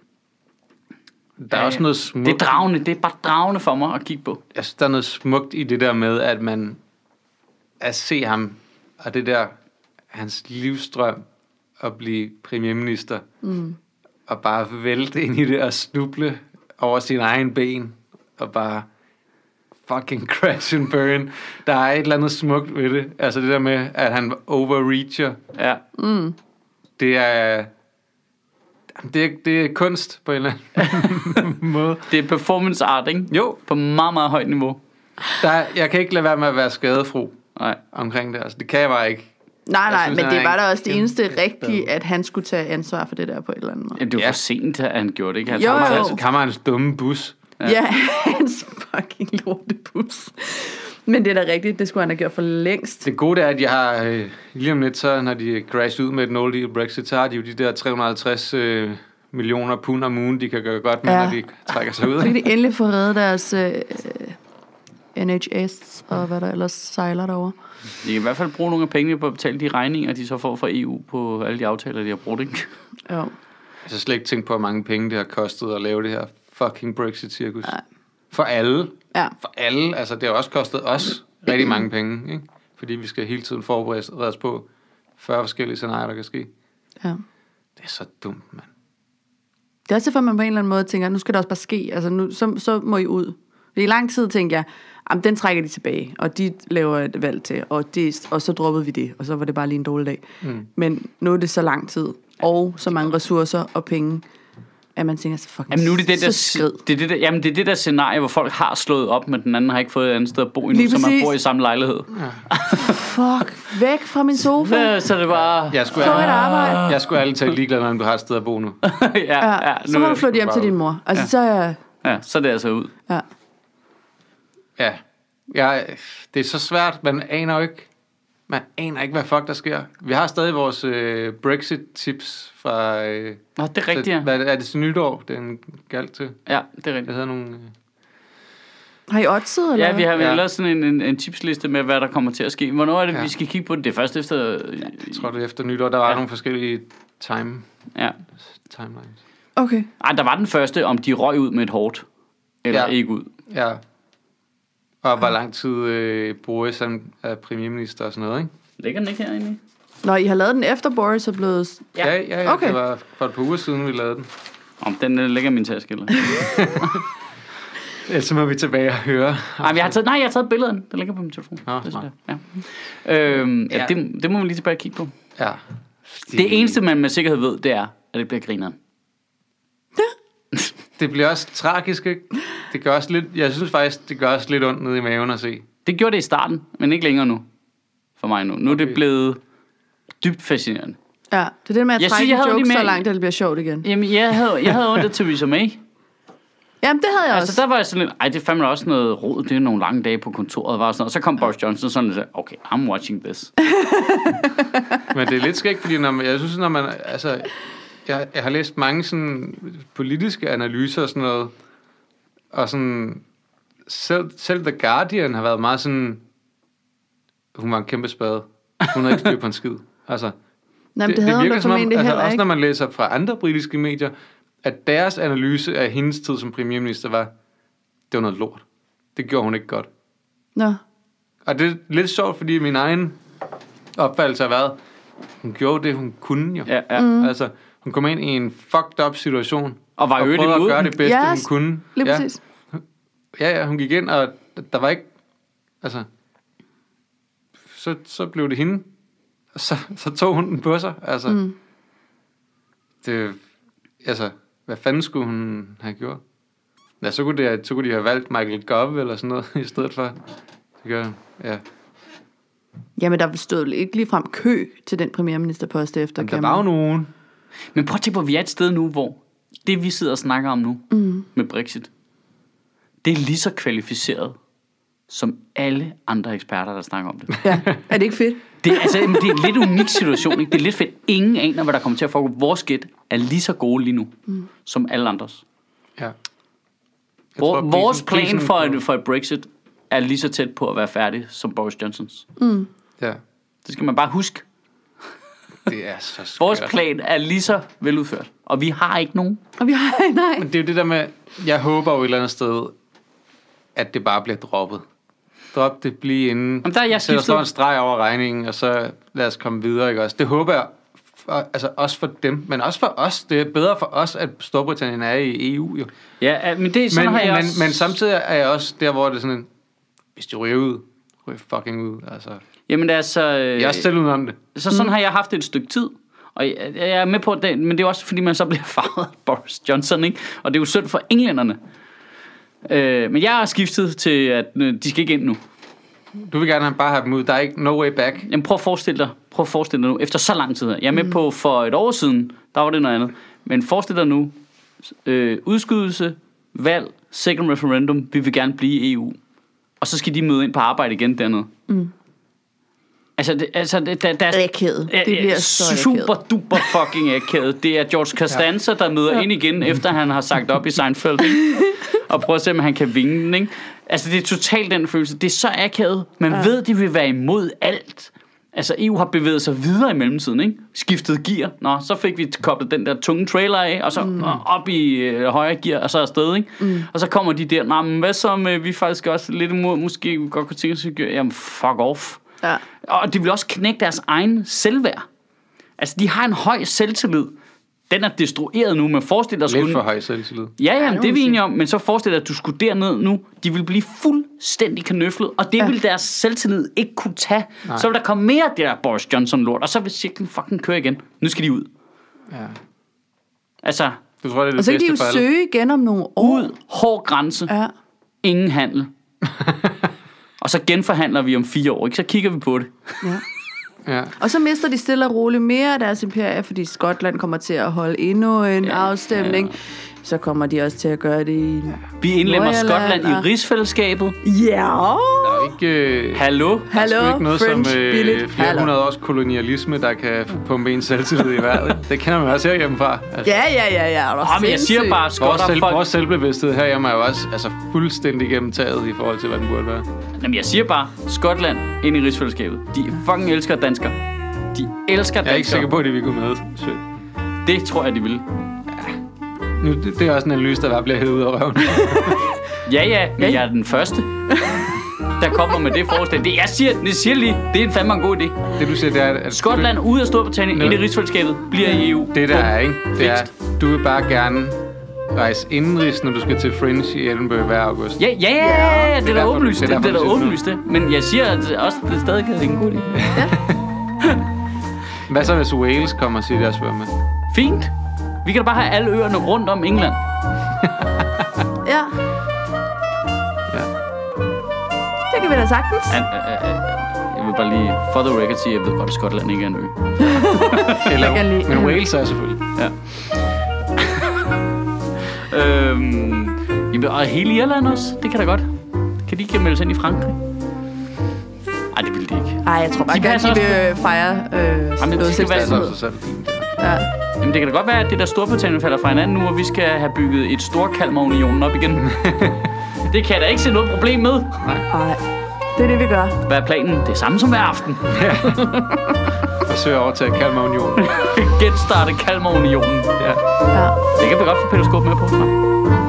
Der er øh, også noget smukt. Det er dragende, det er bare dragende for mig at kigge på. Jeg synes, der er noget smukt i det der med, at man at se ham, og det der, hans livsdrøm, at blive premierminister, mm. og bare vælte ind i det, og snuble over sin egen ben, og bare fucking crash and burn. Der er et eller andet smukt ved det. Altså det der med, at han overreacher. Ja. Mm. Det er... Det er, det er kunst på en eller anden måde. Det er performance art, ikke? Jo. På meget, meget højt niveau. Der, jeg kan ikke lade være med at være skadefro nej. omkring det. Altså, det kan jeg bare ikke. Nej, nej, synes, men det var da også det eneste kæmpe rigtige, at han skulle tage ansvar for det der på et eller andet måde. Ja, det var ja. for sent, at han gjorde det, ikke? Han jo, jo. Altså, kan man hans dumme bus. Ja, ja hans fucking lortebus. Men det er da rigtigt, det skulle han have gjort for længst. Det gode er, at jeg har, øh, lige om lidt, så når de crasher ud med et no-deal Brexit, så har de jo de der tre hundrede og halvtreds øh, millioner pund om ugen, de kan gøre godt med, ja. Når de trækker sig ud. Så kan de endelig få reddet deres øh, N H S og hvad der ellers sejler derovre. De kan i hvert fald bruge nogle af pengene på at betale de regninger, de så får fra E U på alle de aftaler, de har brugt, ikke? Jo. Jeg har slet ikke tænkt på, hvor mange penge det har kostet at lave det her fucking Brexit-cirkus. Nej. For alle. Ja. For alle. Altså, det har også kostet os rigtig mange penge, ikke? Fordi vi skal hele tiden forberede os på fyrre forskellige scenarier, der kan ske. Ja. Det er så dumt, mand. Det er også for, at man på en eller anden måde tænker, nu skal det også bare ske. Altså, nu, så, så må I ud. I lang tid tænker jeg, jamen, den trækker de tilbage, og de laver et valg til, og, det, og så droppede vi det, og så var det bare lige en dårlig dag. Mm. Men nu er det så lang tid, og så mange ressourcer og penge, at man tænker så fucking jamen, nu er det det der, skrid. Det er det der, jamen det er det der scenarie, hvor folk har slået op, men den anden har ikke fået et andet sted at bo endnu, så man bor i samme lejlighed. Ja. Fuck, væk fra min sofa. Ja, så er det bare... Jeg skulle, få et arbejde. Jeg skulle ærligt talt ligeglad med, om du har et sted at bo nu. ja, ja, ja, så må du flytte hjem til din mor. Altså, ja. så er... Ja, så er det altså ud. Ja. Ja. Ja, det er så svært, man aner jo ikke, man aner ikke, hvad fuck der sker. Vi har stadig vores øh, Brexit-tips fra... Øh, Nå, det er rigtigt, ja. Hvad, er det til nytår, det er en galt til? Ja, det er rigtigt. Det hedder nogle... Øh... Har I oddset, eller ja, vi har ja. lavet sådan en, en, en tipsliste med, hvad der kommer til at ske. Hvornår er det, ja. vi skal kigge på det? Det er først efter... Ja, jeg tror, det er efter nytår. Der var ja. nogle forskellige time... Ja. timelines. Okay. Ej, der var den første, om de røg ud med et hårdt, eller ja. ikke ud. Ja. Og hvor lang tid øh, Boris er premierminister og sådan noget, ikke? Ligger den ikke herinde? Nå, I har lavet den efter Boris er blevet... Ja, ja, ja, ja okay. Det var for et par uger siden, vi lavede den. Om den uh, ligger i min taske, eller? Ellers må vi tilbage og høre. Nej, jeg har taget, nej, jeg har taget billedet. Den ligger på min telefon. Nå, det, ja. Øhm, ja. Ja, det, det må vi lige tilbage og kigge på. Ja. Det, det eneste, man med sikkerhed ved, det er, at det bliver grineren. Det bliver også tragisk, ikke? Det gør også lidt, jeg synes faktisk, det gør også lidt ondt nede i maven at se. Det gjorde det i starten, men ikke længere nu. For mig nu. Nu okay. er det blevet dybt fascinerende. Ja, det er det med at jeg trække synes, jokes så langt, at det bliver sjovt igen. Jamen, jeg havde, jeg havde ondt af Theresa May. Jamen, det havde jeg altså, også. Altså, der var jeg sådan lidt, ej, det er fandme også noget rod, det er nogle lange dage på kontoret, var sådan noget. Så kom Boris Johnson sådan lidt, okay, I'm watching this. Men det er lidt skægt, fordi når man, jeg synes, når man, altså, jeg, jeg har læst mange sådan politiske analyser og sådan noget, og sådan, selv, selv The Guardian har været meget sådan, hun var en kæmpe spade. Hun havde ikke styr på en skid. Altså, Nå, det, det, det virker som om, altså, også ikke. når man læser fra andre britiske medier, at deres analyse af hendes tid som premierminister var, det var noget lort. Det gjorde hun ikke godt. Nå. Og det er lidt sjovt, fordi min egen opfattelse har været, hun gjorde det, hun kunne jo. Ja, ja. Mm. Altså, hun kom ind i en fucked up situation, og var og prøvede at gøre det bedste, yes, hun kunne. Lige ja. præcis. Ja, ja, hun gik ind, og der var ikke, altså, så, så blev det hende, og så, så tog hun den på sig. Altså, mm. det, altså, hvad fanden skulle hun have gjort? Ja, så kunne, det, så kunne de have valgt Michael Gove eller sådan noget i stedet for. Det gør, ja. Jamen, der stod ikke ligefrem kø til den premierministerpost efter. Men der var jo nogen. Men prøv at tænke på, at vi er et sted nu, hvor det, vi sidder og snakker om nu, mm. med Brexit, det er lige så kvalificeret som alle andre eksperter, der snakker om det. Ja, er det ikke fedt? Det, altså, det er en lidt unik situation, ikke? Det er lidt fedt. Ingen aner, hvad der kommer til at foregå. Vores gæt er lige så gode lige nu, mm. som alle andres. Ja. Vor, tror, vores prisen, plan prisen for et, for et Brexit er lige så tæt på at være færdig som Boris Johnsons. Mm. Ja. Det skal man bare huske. Det er så skørt. Vores plan er lige så veludført, og vi har ikke nogen. Og vi har, nej. Men det er jo det der med, jeg håber jo et eller andet sted, at det bare bliver droppet. Drop det, blive inden. Jamen, der er jeg så der skiftet. står en streg over regningen, og så lad os komme videre, ikke også? Det håber jeg, for, altså også for dem, men også for os. Det er bedre for os, at Storbritannien er i E U, jo. Ja, men det sådan men, har jeg men, også... men samtidig er jeg også der, hvor det er sådan en, hvis de ryger ud, ryger fucking ud, altså. Jamen det er så... Øh, Jeg er selv uden om det. Så sådan mm. har jeg haft det et stykke tid. Og jeg, jeg er med på det, men det er også fordi, man så bliver farvet af Boris Johnson, ikke? Og det er jo synd for englænderne. Øh, men jeg har skiftet til, at øh, de skal ikke ind nu. Du vil gerne bare have dem ud. Der er ikke no way back. Jamen prøv at forestille dig, prøv at forestille dig nu, efter så lang tid her. Jeg er med mm. på, for et år siden, der var det noget andet. Men forestil dig nu, øh, udskydelse, valg, second referendum, vi vil gerne blive i E U. Og så skal de møde ind på arbejde igen dernede. Mm. Altså, det, altså det, der, der er akavet. Det bliver så super duper fucking akavet. Det er George Costanza, der møder ja. ind igen, efter han har sagt op i Seinfeld. Og prøver at se, om han kan vinge den, ikke? Altså, det er totalt den følelse. Det er så akavet. Man ja. ved, de vil være imod alt. Altså, E U har bevæget sig videre i mellemtiden, ikke? Skiftet gear. Nå, så fik vi koblet den der tunge trailer af, og så mm. op i øh, højre gear, og så afsted, ikke? Mm. Og så kommer de der, nej, men hvad så med, vi faktisk også lidt imod, måske godt kunne tænke sig, jamen, fuck off. Ja. Og de vil også knække deres egen selvværd. Altså, de har en høj selvtillid. Den er destrueret nu, men forestil dig... Lidt skulle... for høj selvtillid. Ja, ja, det er vi enige om, men så forestil dig, at du skulle derned nu. De vil blive fuldstændig kanøflet, og det ja. vil deres selvtillid ikke kunne tage. Nej. Så vil der komme mere af det der Boris Johnson-lort, og så vil cirklen fucking køre igen. Nu skal de ud. Ja. Altså... Du tror, det er det og så kan de jo søge igen om nogle år. Ud, hård grænse, ja. ingen handel. Og så genforhandler vi om fire år, ikke? Så kigger vi på det. Ja. Ja. Og så mister de stille og roligt mere af deres imperie, fordi Skotland kommer til at holde endnu en ja, afstemning. Ja. Så kommer de også til at gøre det i vi indlemmer Skotland i rigsfællesskabet. Ja. Der er ikke... Uh, Hallo? Hallo? Der er ikke noget French som uh, flere hundrede års kolonialisme, der kan pumpe en selvtillid i vejret. Det kender man også herhjemmefra. Altså. Ja, ja, ja, ja. Oh, men jeg siger bare, vores, selv, folk... vores selvbevidsthed herhjemme er jo også altså, fuldstændig gennemtaget i forhold til, hvad den burde være. Jamen, jeg siger bare, Skotland ind i rigsfællesskabet. De fucking elsker danskere. De elsker danskere. Jeg er ikke sikker på, at de vil gå med. Shit. Det tror jeg, de vil. Nu, det, det er også en analyse, der bare bliver hævet ud af røven. ja, ja, men jeg er den første, der kommer med det forslag. Det, jeg siger, det siger lige, det er en fandme en god idé. Det du siger, det er... At Skotland ud af Storbritannien, ind i rigsfællesskabet, bliver i E U. Det der er, ikke? Det er, du vil bare gerne rejse indenrigs, når du skal til Fringe i Edinburgh hver august. Ja, ja, ja, ja, det er da åbenlyst. Det er da åbenlyst, det. Men jeg siger at også, at det stadig er en god idé. Ja. Hvad så, hvis Wales kommer og siger, at jeg svømmer med? Fint. Vi kan da bare have alle øerne rundt om England. ja. Ja. Det kan vi da sagtens. An, uh, uh, jeg vil bare lige, for the record sige, jeg ved godt, at Skotland ikke er en ø. Eller, men Wales er selvfølgelig. Ja. øhm, jamen, og hele Irland også, det kan da godt. Kan de ikke melde sig ind i Frankrig? Nej, det vil de ikke. Nej, jeg tror bare, de at de vil fejre øh, Jamen, noget selvstændighed. Ja. Jamen, det kan da godt være, at det der Storbritannien falder fra hinanden nu, og vi skal have bygget et Storkalmarunionen op igen. Det kan jeg da ikke se noget problem med. Nej. Nej, det er det, vi gør. Hvad er planen? Det er samme som hver aften. Ja. Forsøg at overtage Kalmarunionen. Genstarte Kalmarunionen. Ja. Ja. Det kan vi godt få Peter Skåb med på. Nej.